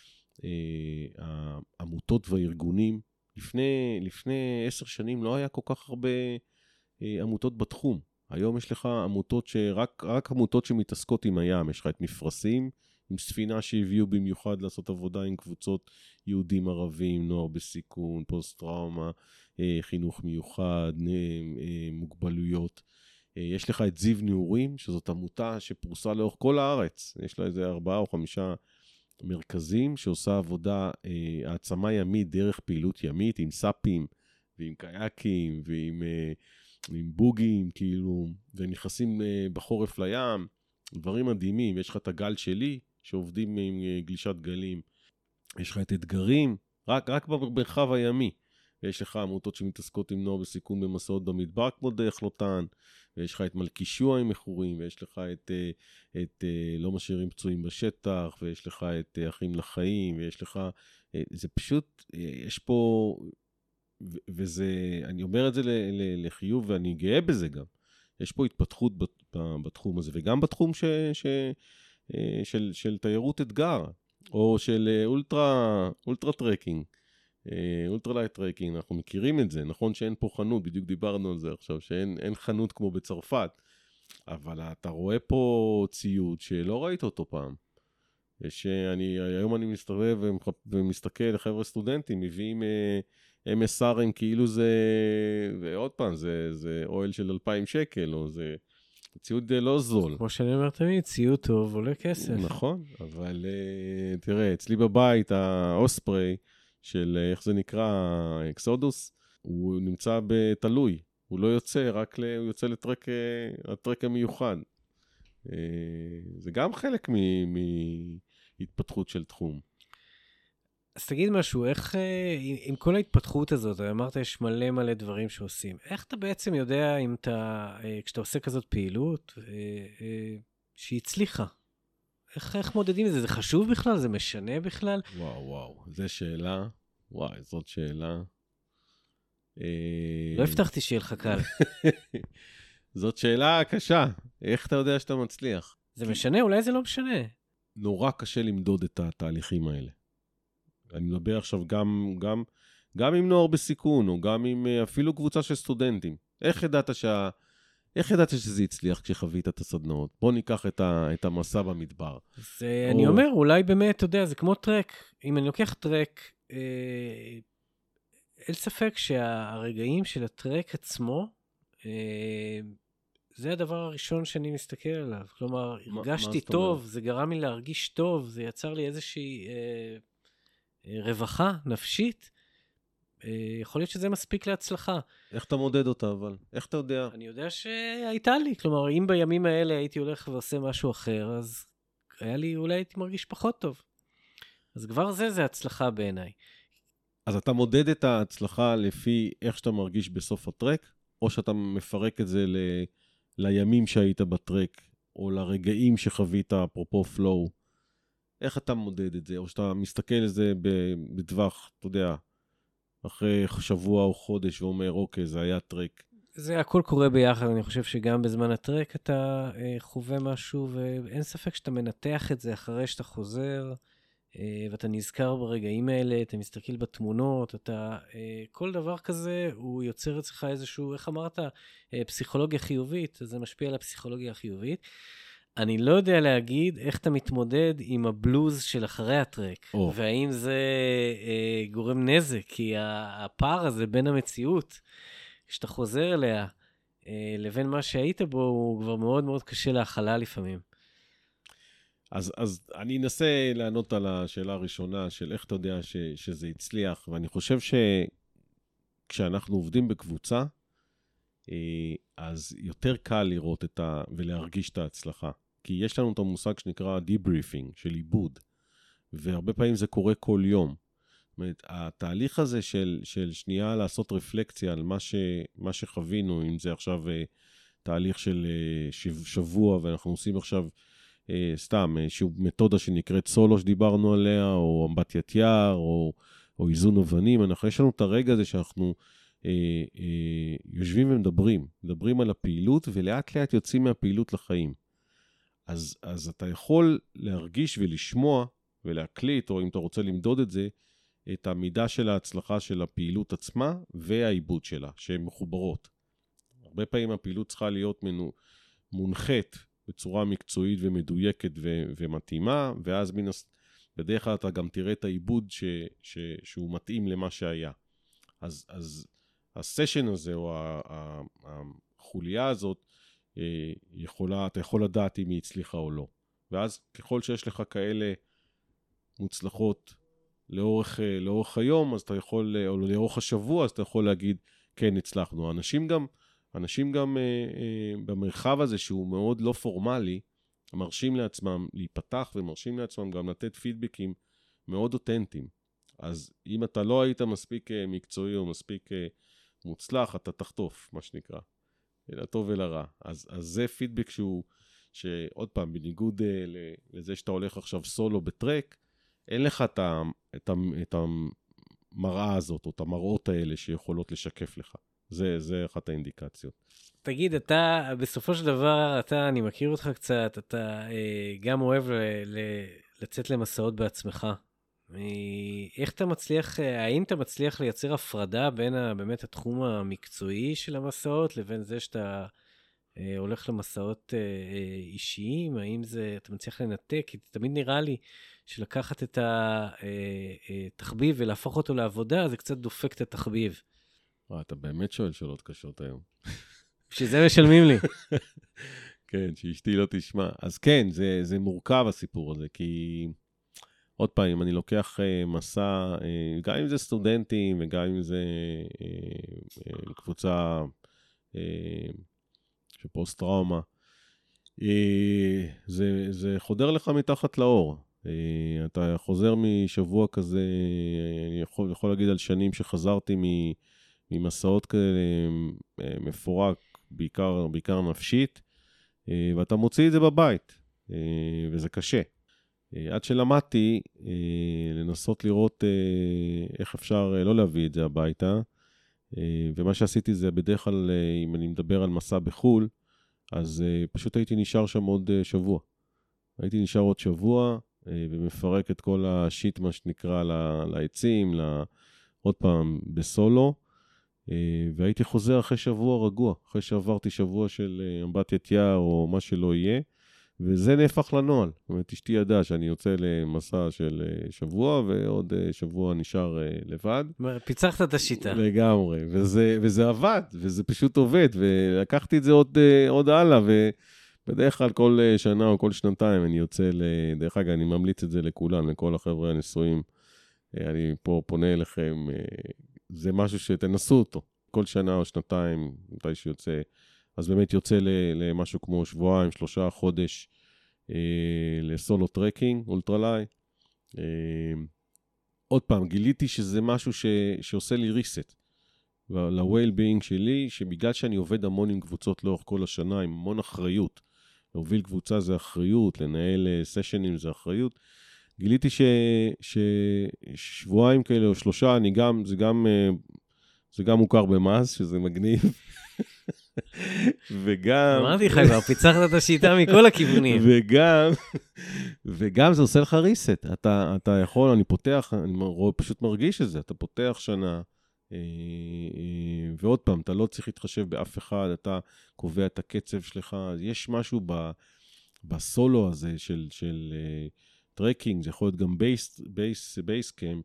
[SPEAKER 2] העמותות והארגונים. לפני, לפני עשר שנים לא היה כל כך הרבה עמותות בתחום. היום יש לך עמותות שרק, רק עמותות שמתעסקות עם הים. יש לך את מפרשים, עם ספינה שהביאו במיוחד לעשות עבודה עם קבוצות יהודים ערבים, נוער בסיכון, פוסט טראומה, חינוך מיוחד, מוגבלויות. יש לך את זיו נעורים, שזאת עמותה שפרוסה לאורך כל הארץ. יש לה איזה ארבעה או חמישה מרכזים שעושה עבודה, אה, העצמה ימית דרך פעילות ימית, עם סאפים ועם קייקים ועם אה, עם בוגים, כאילו, ונכנסים אה, בחורף לים, דברים מדהימים. יש לך את הגל שלי, שעובדים עם אה, גלישת גלים. יש לך את אתגרים, רק, רק במרחב הימי. ויש לך עמותות שמתעסקות עם נוער בסיכון במסעות במדבר, כמו דרך לוטן, ויש לך את מלכישוע עם מכורים, ויש לך את, את לא משאירים פצועים בשטח, ויש לך את אחים לחיים, ויש לך, זה פשוט, יש פה, וזה, אני אומר את זה לחיוב, ואני גאה בזה גם. יש פה התפתחות בתחום הזה, וגם בתחום ש, ש, של, של תיירות אתגר, או של אולטרה, אולטרה טרקינג. אולטרלייט טרקינג, אנחנו מכירים את זה, נכון שאין פה חנות, בדיוק דיברנו על זה עכשיו, שאין אין חנות כמו בצרפת, אבל אתה רואה פה ציוד שלא ראית אותו פעם. שאני, היום אני מסתובב ומסתכל לחבר'ה סטודנטים, מביאים אם אס אר כאילו זה, ועוד פעם, זה, זה אוהל של אלפיים שקל, או זה ציוד לא זול.
[SPEAKER 1] כמו שאני אומר תמיד, ציוד טוב עולה כסף.
[SPEAKER 2] נכון, אבל תראה, אצלי בבית, האוספרי, של איך זה נקרא, אקסודוס, הוא נמצא בתלוי, הוא לא יוצא, רק ל... הוא יוצא לטרק, לטרק המיוחד. זה גם חלק מהתפתחות של תחום.
[SPEAKER 1] אז תגיד משהו, איך, עם כל ההתפתחות הזאת, אמרת יש מלא מלא דברים שעושים, איך אתה בעצם יודע אם אתה, כשאתה עושה כזאת פעילות, שהיא הצליחה? איך, איך מודדים את זה? זה חשוב בכלל? זה משנה בכלל?
[SPEAKER 2] וואו, וואו, זו שאלה. וואי, זאת שאלה.
[SPEAKER 1] לא הבטחתי שיהיה לך קל.
[SPEAKER 2] זאת שאלה קשה. איך אתה יודע שאתה מצליח?
[SPEAKER 1] זה משנה? אולי זה לא משנה.
[SPEAKER 2] נורא קשה למדוד את התהליכים האלה. אני מדבר עכשיו גם, גם, גם עם נוער בסיכון, או גם עם אפילו קבוצה של סטודנטים. איך ידעת שה... איך ידעת שזה הצליח כשחווית את הסדנאות? בוא ניקח את, ה... את המסע במדבר.
[SPEAKER 1] זה,
[SPEAKER 2] או...
[SPEAKER 1] אני אומר, אולי באמת, אתה יודע, זה כמו טרק. אם אני לוקח טרק, אה, אין ספק שהרגעים של הטרק עצמו, אה, זה הדבר הראשון שאני מסתכל עליו. כלומר, הרגשתי טוב, זה גרם לי להרגיש טוב, זה יצר לי איזושהי אה, אה, רווחה נפשית. אה, יכול להיות שזה מספיק להצלחה.
[SPEAKER 2] איך אתה מודד אותה, אבל? איך אתה יודע?
[SPEAKER 1] אני יודע שהייתה לי. כלומר, אם בימים האלה הייתי הולך ועושה משהו אחר, אז היה לי, אולי הייתי מרגיש פחות טוב. אז כבר זה, זה הצלחה בעיניי.
[SPEAKER 2] אז אתה מודד את ההצלחה לפי איך שאתה מרגיש בסוף הטרק, או שאתה מפרק את זה ל... לימים שהיית בטרק, או לרגעים שחווית, אפרופו פלואו. איך אתה מודד את זה? או שאתה מסתכל על זה בטווח, אתה יודע, אחרי שבוע או חודש, ואומר, אוקיי, זה היה טרק.
[SPEAKER 1] זה הכל קורה ביחד, אני חושב שגם בזמן הטרק אתה אה, חווה משהו, ואין ספק שאתה מנתח את זה אחרי שאתה חוזר, אה, ואתה נזכר ברגעים האלה, אתה מסתכל בתמונות, אתה, אה, כל דבר כזה הוא יוצר אצלך איזשהו, איך אמרת, אה, פסיכולוגיה חיובית, אז זה משפיע על הפסיכולוגיה החיובית. אני לא יודע להגיד איך אתה מתמודד עם הבלוז של אחרי הטרק, oh. והאם זה אה, גורם נזק, כי הפער הזה בין המציאות, כשאתה חוזר אליה, אה, לבין מה שהיית בו, הוא כבר מאוד מאוד קשה להכלה לפעמים.
[SPEAKER 2] אז, אז אני אנסה לענות על השאלה הראשונה, של איך אתה יודע ש, שזה הצליח, ואני חושב שכשאנחנו עובדים בקבוצה, אה, אז יותר קל לראות את ה... ולהרגיש את ההצלחה. כי יש לנו את המושג שנקרא debriefing, של עיבוד, והרבה פעמים זה קורה כל יום. זאת אומרת, התהליך הזה של, של שנייה לעשות רפלקציה על מה, ש, מה שחווינו, אם זה עכשיו uh, תהליך של uh, שבוע, ואנחנו עושים עכשיו uh, סתם איזושהי מתודה שנקראת סולו שדיברנו עליה, או אמבטיית יער, או, או איזון אבנים, אנחנו, יש לנו את הרגע הזה שאנחנו uh, uh, יושבים ומדברים, מדברים על הפעילות, ולאט לאט יוצאים מהפעילות לחיים. אז, אז אתה יכול להרגיש ולשמוע ולהקליט, או אם אתה רוצה למדוד את זה, את המידה של ההצלחה של הפעילות עצמה והעיבוד שלה, שהן מחוברות. הרבה פעמים הפעילות צריכה להיות מנו, מונחת בצורה מקצועית ומדויקת ו, ומתאימה, ואז מן, בדרך כלל אתה גם תראה את העיבוד ש, ש, שהוא מתאים למה שהיה. אז, אז הסשן הזה, או החוליה הזאת, יכולה, אתה יכול לדעת אם היא הצליחה או לא. ואז ככל שיש לך כאלה מוצלחות לאורך, לאורך היום, אז אתה יכול, או לאורך השבוע, אז אתה יכול להגיד, כן, הצלחנו. אנשים גם, אנשים גם אה, אה, במרחב הזה שהוא מאוד לא פורמלי, מרשים לעצמם להיפתח, ומרשים לעצמם גם לתת פידבקים מאוד אותנטיים. אז אם אתה לא היית מספיק מקצועי או מספיק מוצלח, אתה תחטוף, מה שנקרא. לטוב ולרע. אז, אז זה פידבק שהוא, שעוד פעם, בניגוד uh, לזה שאתה הולך עכשיו סולו בטרק, אין לך את, ה, את, ה, את המראה הזאת, או את המראות האלה שיכולות לשקף לך. זה, זה אחת האינדיקציות.
[SPEAKER 1] תגיד, אתה, בסופו של דבר, אתה, אני מכיר אותך קצת, אתה אה, גם אוהב ל, ל, לצאת למסעות בעצמך. איך אתה מצליח, האם אתה מצליח לייצר הפרדה בין ה, באמת התחום המקצועי של המסעות, לבין זה שאתה אה, הולך למסעות אה, אישיים? האם זה, אתה מצליח לנתק? כי תמיד נראה לי שלקחת את התחביב ולהפוך אותו לעבודה, זה קצת דופק את התחביב.
[SPEAKER 2] אתה באמת שואל שאלות קשות היום.
[SPEAKER 1] שזה משלמים לי.
[SPEAKER 2] כן, שאשתי לא תשמע. אז כן, זה, זה מורכב הסיפור הזה, כי עוד פעם, אם אני לוקח uh, מסע, uh, גם אם זה סטודנטים, וגם אם זה uh, uh, קבוצה uh, של פוסט-טראומה, uh, זה, זה חודר לך מתחת לאור. Uh, אתה חוזר משבוע כזה, אני יכול, יכול להגיד על שנים שחזרתי מ... ממסעות כאלה מפורק, בעיקר, בעיקר נפשית, ואתה מוציא את זה בבית, וזה קשה. עד שלמדתי לנסות לראות איך אפשר לא להביא את זה הביתה, ומה שעשיתי זה בדרך כלל, אם אני מדבר על מסע בחול, אז פשוט הייתי נשאר שם עוד שבוע. הייתי נשאר עוד שבוע, ומפרק את כל השיט, מה שנקרא, לעצים, עוד פעם בסולו, והייתי חוזר אחרי שבוע רגוע, אחרי שעברתי שבוע של אמבטיית יער או מה שלא יהיה, וזה נהפך לנועל. זאת אומרת, אשתי ידעה שאני יוצא למסע של שבוע, ועוד שבוע נשאר לבד.
[SPEAKER 1] פיצחת את השיטה.
[SPEAKER 2] לגמרי, וזה, וזה עבד, וזה פשוט עובד, ולקחתי את זה עוד, עוד הלאה, ובדרך כלל כל שנה או כל שנתיים אני יוצא, דרך אגב, אני ממליץ את זה לכולם, לכל החבר'ה הנשואים, אני פה פונה אליכם, זה משהו שתנסו אותו, כל שנה או שנתיים, מתי שיוצא, אז באמת יוצא למשהו כמו שבועיים, שלושה חודש, לסולו טרקינג, אולטרלי. עוד פעם, גיליתי שזה משהו ש, שעושה לי ריסט, ל-well-being שלי, שבגלל שאני עובד המון עם קבוצות לאורך כל השנה, עם המון אחריות, להוביל קבוצה זה אחריות, לנהל סשנים זה אחריות, גיליתי ש, ששבועיים כאלה או שלושה, אני גם, זה גם, זה גם מוכר במס, שזה מגניב. וגם...
[SPEAKER 1] אמרתי לך כבר, פיצחת את השיטה מכל הכיוונים.
[SPEAKER 2] וגם, וגם זה עושה לך ריסט. אתה, אתה יכול, אני פותח, אני פשוט מרגיש את זה, אתה פותח שנה, ועוד פעם, אתה לא צריך להתחשב באף אחד, אתה קובע את הקצב שלך, יש משהו ב, בסולו הזה של, של טרקינג, זה יכול להיות גם בייס, בייס, בייס קמפ,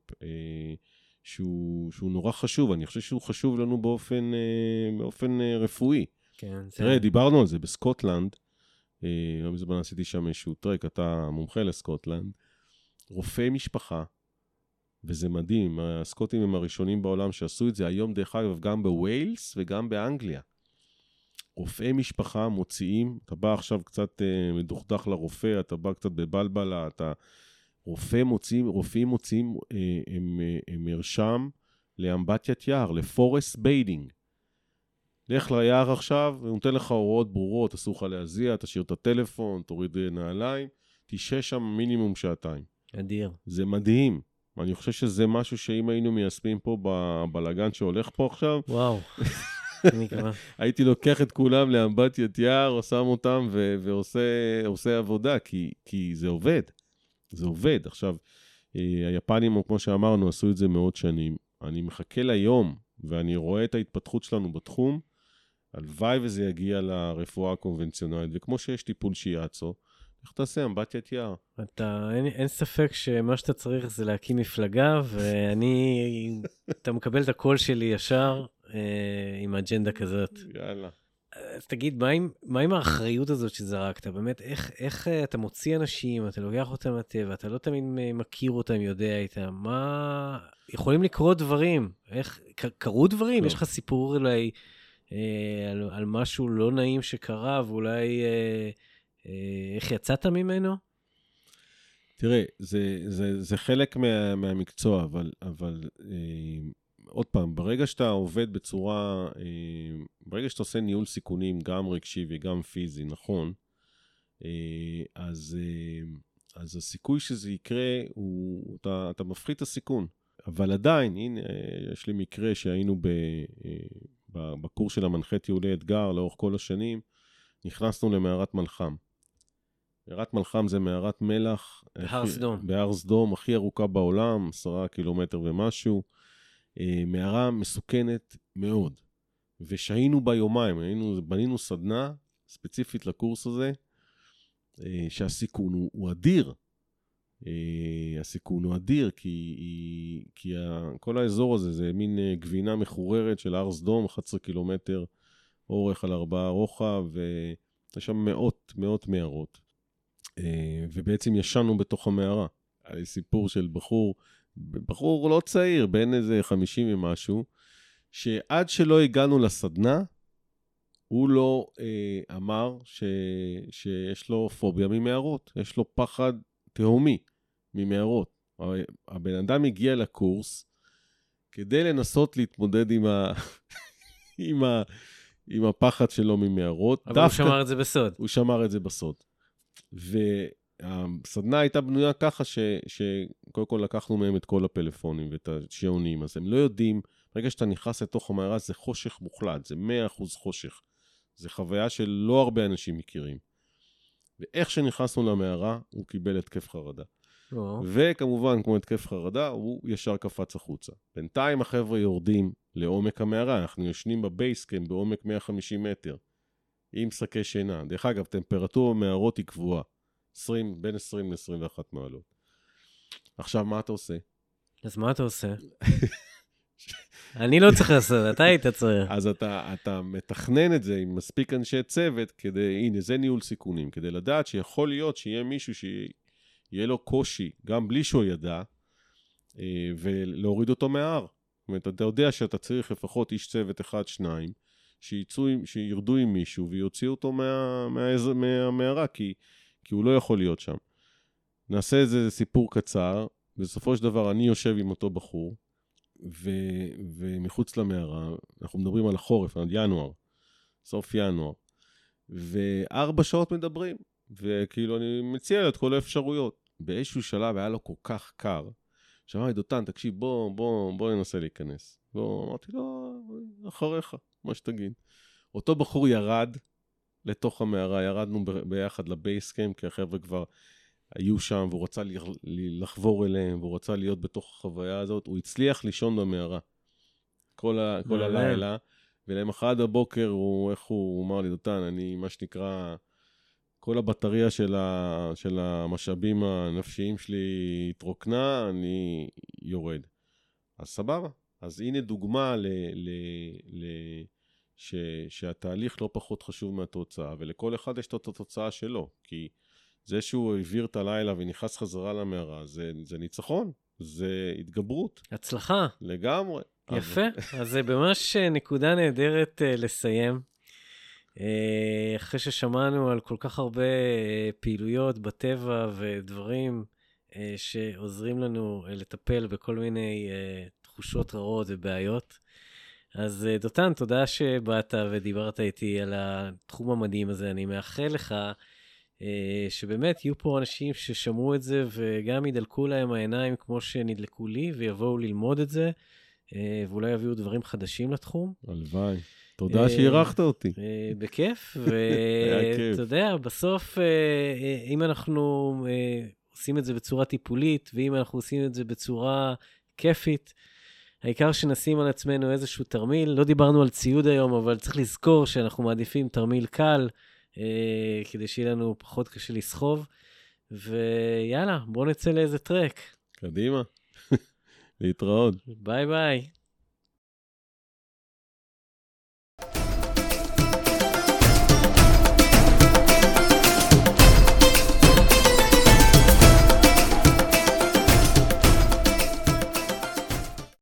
[SPEAKER 2] שהוא, שהוא נורא חשוב, אני חושב שהוא חשוב לנו באופן, באופן רפואי.
[SPEAKER 1] כן,
[SPEAKER 2] תראה,
[SPEAKER 1] זה...
[SPEAKER 2] דיברנו על זה בסקוטלנד, לא מזמן עשיתי שם איזשהו טרק, אתה מומחה לסקוטלנד, רופאי משפחה, וזה מדהים, הסקוטים הם הראשונים בעולם שעשו את זה, היום דרך אגב גם בווילס וגם באנגליה. רופאי משפחה מוציאים, אתה בא עכשיו קצת מדוכדך לרופא, אתה בא קצת בבלבלה, אתה... רופאים מוצאים, רופאים מוצאים אה, הם, הם מרשם לאמבטיית יער, לפורסט ביידינג. לך ליער עכשיו, הוא נותן לך הוראות ברורות, אסור לך להזיע, תשאיר את הטלפון, תוריד נעליים, תשעה שם מינימום שעתיים.
[SPEAKER 1] אדיר.
[SPEAKER 2] זה מדהים. אני חושב שזה משהו שאם היינו מיישמים פה בבלגן שהולך פה עכשיו,
[SPEAKER 1] וואו.
[SPEAKER 2] הייתי לוקח את כולם לאמבטיית יער, שם אותם ו- ועושה עושה עבודה, כי, כי זה עובד. זה עובד. עכשיו, היפנים, כמו שאמרנו, עשו את זה מאות שנים. אני מחכה ליום, ואני רואה את ההתפתחות שלנו בתחום, הלוואי וזה יגיע לרפואה הקונבנציונלית, וכמו שיש טיפול שיאצו, איך תעשה אמבטיית יער?
[SPEAKER 1] אתה, אין, אין ספק שמה שאתה צריך זה להקים מפלגה, ואני, אתה מקבל את הקול שלי ישר אה, עם האג'נדה כזאת.
[SPEAKER 2] יאללה.
[SPEAKER 1] אז תגיד, מה עם, מה עם האחריות הזאת שזרקת? באמת, איך, איך אתה מוציא אנשים, אתה לוקח אותם לטבע, אתה לא תמיד מכיר אותם, יודע איתם, מה... יכולים לקרות דברים, איך... קרו דברים? יש לך סיפור אולי אה, על, על משהו לא נעים שקרה, ואולי אה, אה, איך יצאת ממנו?
[SPEAKER 2] תראה, זה, זה, זה חלק מה, מהמקצוע, אבל... אבל אה... עוד פעם, ברגע שאתה עובד בצורה, ברגע שאתה עושה ניהול סיכונים, גם רגשי וגם פיזי, נכון, אז, אז הסיכוי שזה יקרה, הוא, אתה, אתה מפחית את הסיכון. אבל עדיין, הנה, יש לי מקרה שהיינו ב, בקורס של המנחה טיולי אתגר לאורך כל השנים, נכנסנו למערת מלחם. מערת מלחם זה מערת מלח.
[SPEAKER 1] בהר סדום.
[SPEAKER 2] בהר סדום, הכי ארוכה בעולם, עשרה קילומטר ומשהו. מערה מסוכנת מאוד, ושהיינו בה יומיים, היינו, בנינו סדנה ספציפית לקורס הזה, שהסיכון הוא, הוא אדיר, הסיכון הוא אדיר, כי, כי כל האזור הזה זה מין גבינה מחוררת של הר סדום, אחד עשר קילומטר אורך על ארבעה רוחב, ויש שם מאות, מאות מערות, ובעצם ישנו בתוך המערה, היה סיפור של בחור, בחור לא צעיר, בין איזה חמישים ומשהו, שעד שלא הגענו לסדנה, הוא לא אה, אמר ש, שיש לו פוביה ממערות, יש לו פחד תהומי ממערות. הבן אדם הגיע לקורס כדי לנסות להתמודד עם, ה, עם, ה, עם הפחד שלו ממערות.
[SPEAKER 1] אבל דווקא, הוא שמר את זה בסוד.
[SPEAKER 2] הוא שמר את זה בסוד. ו... הסדנה הייתה בנויה ככה ש, שקודם כל לקחנו מהם את כל הפלאפונים ואת השעונים, אז הם לא יודעים, ברגע שאתה נכנס לתוך המערה זה חושך מוחלט, זה מאה אחוז חושך. זה חוויה שלא הרבה אנשים מכירים. ואיך שנכנסנו למערה, הוא קיבל התקף חרדה.
[SPEAKER 1] Oh.
[SPEAKER 2] וכמובן, כמו התקף חרדה, הוא ישר קפץ החוצה. בינתיים החבר'ה יורדים לעומק המערה, אנחנו יושנים בבייסקם בעומק מאה וחמישים מטר, עם שקי שינה. דרך אגב, טמפרטורה במערות היא קבועה, עשרים, בין עשרים ל-עשרים ואחת מעלות. עכשיו, מה אתה עושה?
[SPEAKER 1] אז מה אתה עושה? אני לא צריך לעשות, אתה היית צריך.
[SPEAKER 2] אז אתה, אתה מתכנן את זה עם מספיק אנשי צוות, כדי, הנה, זה ניהול סיכונים, כדי לדעת שיכול להיות שיהיה מישהו שיהיה לו קושי, גם בלי שהוא ידע, ולהוריד אותו מההר. זאת אומרת, אתה יודע שאתה צריך לפחות איש צוות אחד, שניים, שיצאו, שירדו עם מישהו ויוציאו אותו מה, מה, מהמערה, כי, כי הוא לא יכול להיות שם. נעשה איזה סיפור קצר, בסופו של דבר אני יושב עם אותו בחור, ו, ומחוץ למערה, אנחנו מדברים על החורף, על ינואר, סוף ינואר, וארבע שעות מדברים, וכאילו אני מציע לו את כל האפשרויות. באיזשהו שלב היה לו כל כך קר, שאמר לי, דותן, תקשיב, בוא, בוא, בוא ננסה להיכנס. בוא, אמרתי לו, אחריך, מה שתגיד. אותו בחור ירד לתוך המערה, ירדנו ביחד לבייסקאמפ, כי החבר'ה כבר היו שם, והוא רצה לחבור אליהם, והוא רצה להיות בתוך החוויה הזאת, הוא הצליח לישון במערה, כל, ה, כל הלילה, ולמחרת הבוקר, הוא, איך הוא, הוא אמר לי, דותן, אני, מה שנקרא, כל הבטריה של, ה, של המשאבים הנפשיים שלי התרוקנה, אני יורד. אז סבבה. אז הנה דוגמה ל, ל, ל, ש, שהתהליך לא פחות חשוב מהתוצאה, ולכל אחד יש את התוצאה שלו, כי זה שהוא העביר את הלילה ונכנס חזרה למערה, זה, זה ניצחון, זה התגברות.
[SPEAKER 1] הצלחה.
[SPEAKER 2] לגמרי.
[SPEAKER 1] יפה, אז זה ממש נקודה נהדרת לסיים. אחרי ששמענו על כל כך הרבה פעילויות בטבע ודברים שעוזרים לנו לטפל בכל מיני תחושות רעות ובעיות. אז דותן, תודה שבאת ודיברת איתי על התחום המדהים הזה. אני מאחל לך שבאמת יהיו פה אנשים ששמעו את זה וגם ידלקו להם העיניים כמו שנדלקו לי ויבואו ללמוד את זה ואולי יביאו דברים חדשים לתחום.
[SPEAKER 2] הלוואי. תודה שהירחת אותי.
[SPEAKER 1] בכיף, ואתה יודע, בסוף אם אנחנו עושים את זה בצורה טיפולית ואם אנחנו עושים את זה בצורה כיפית, העיקר שנשים על עצמנו איזשהו תרמיל. לא דיברנו על ציוד היום, אבל צריך לזכור שאנחנו מעדיפים תרמיל קל, כדי שיהיה לנו פחות קשה לסחוב, ויאללה, בואו נצא לאיזה טרק.
[SPEAKER 2] קדימה, להתראות.
[SPEAKER 1] ביי ביי.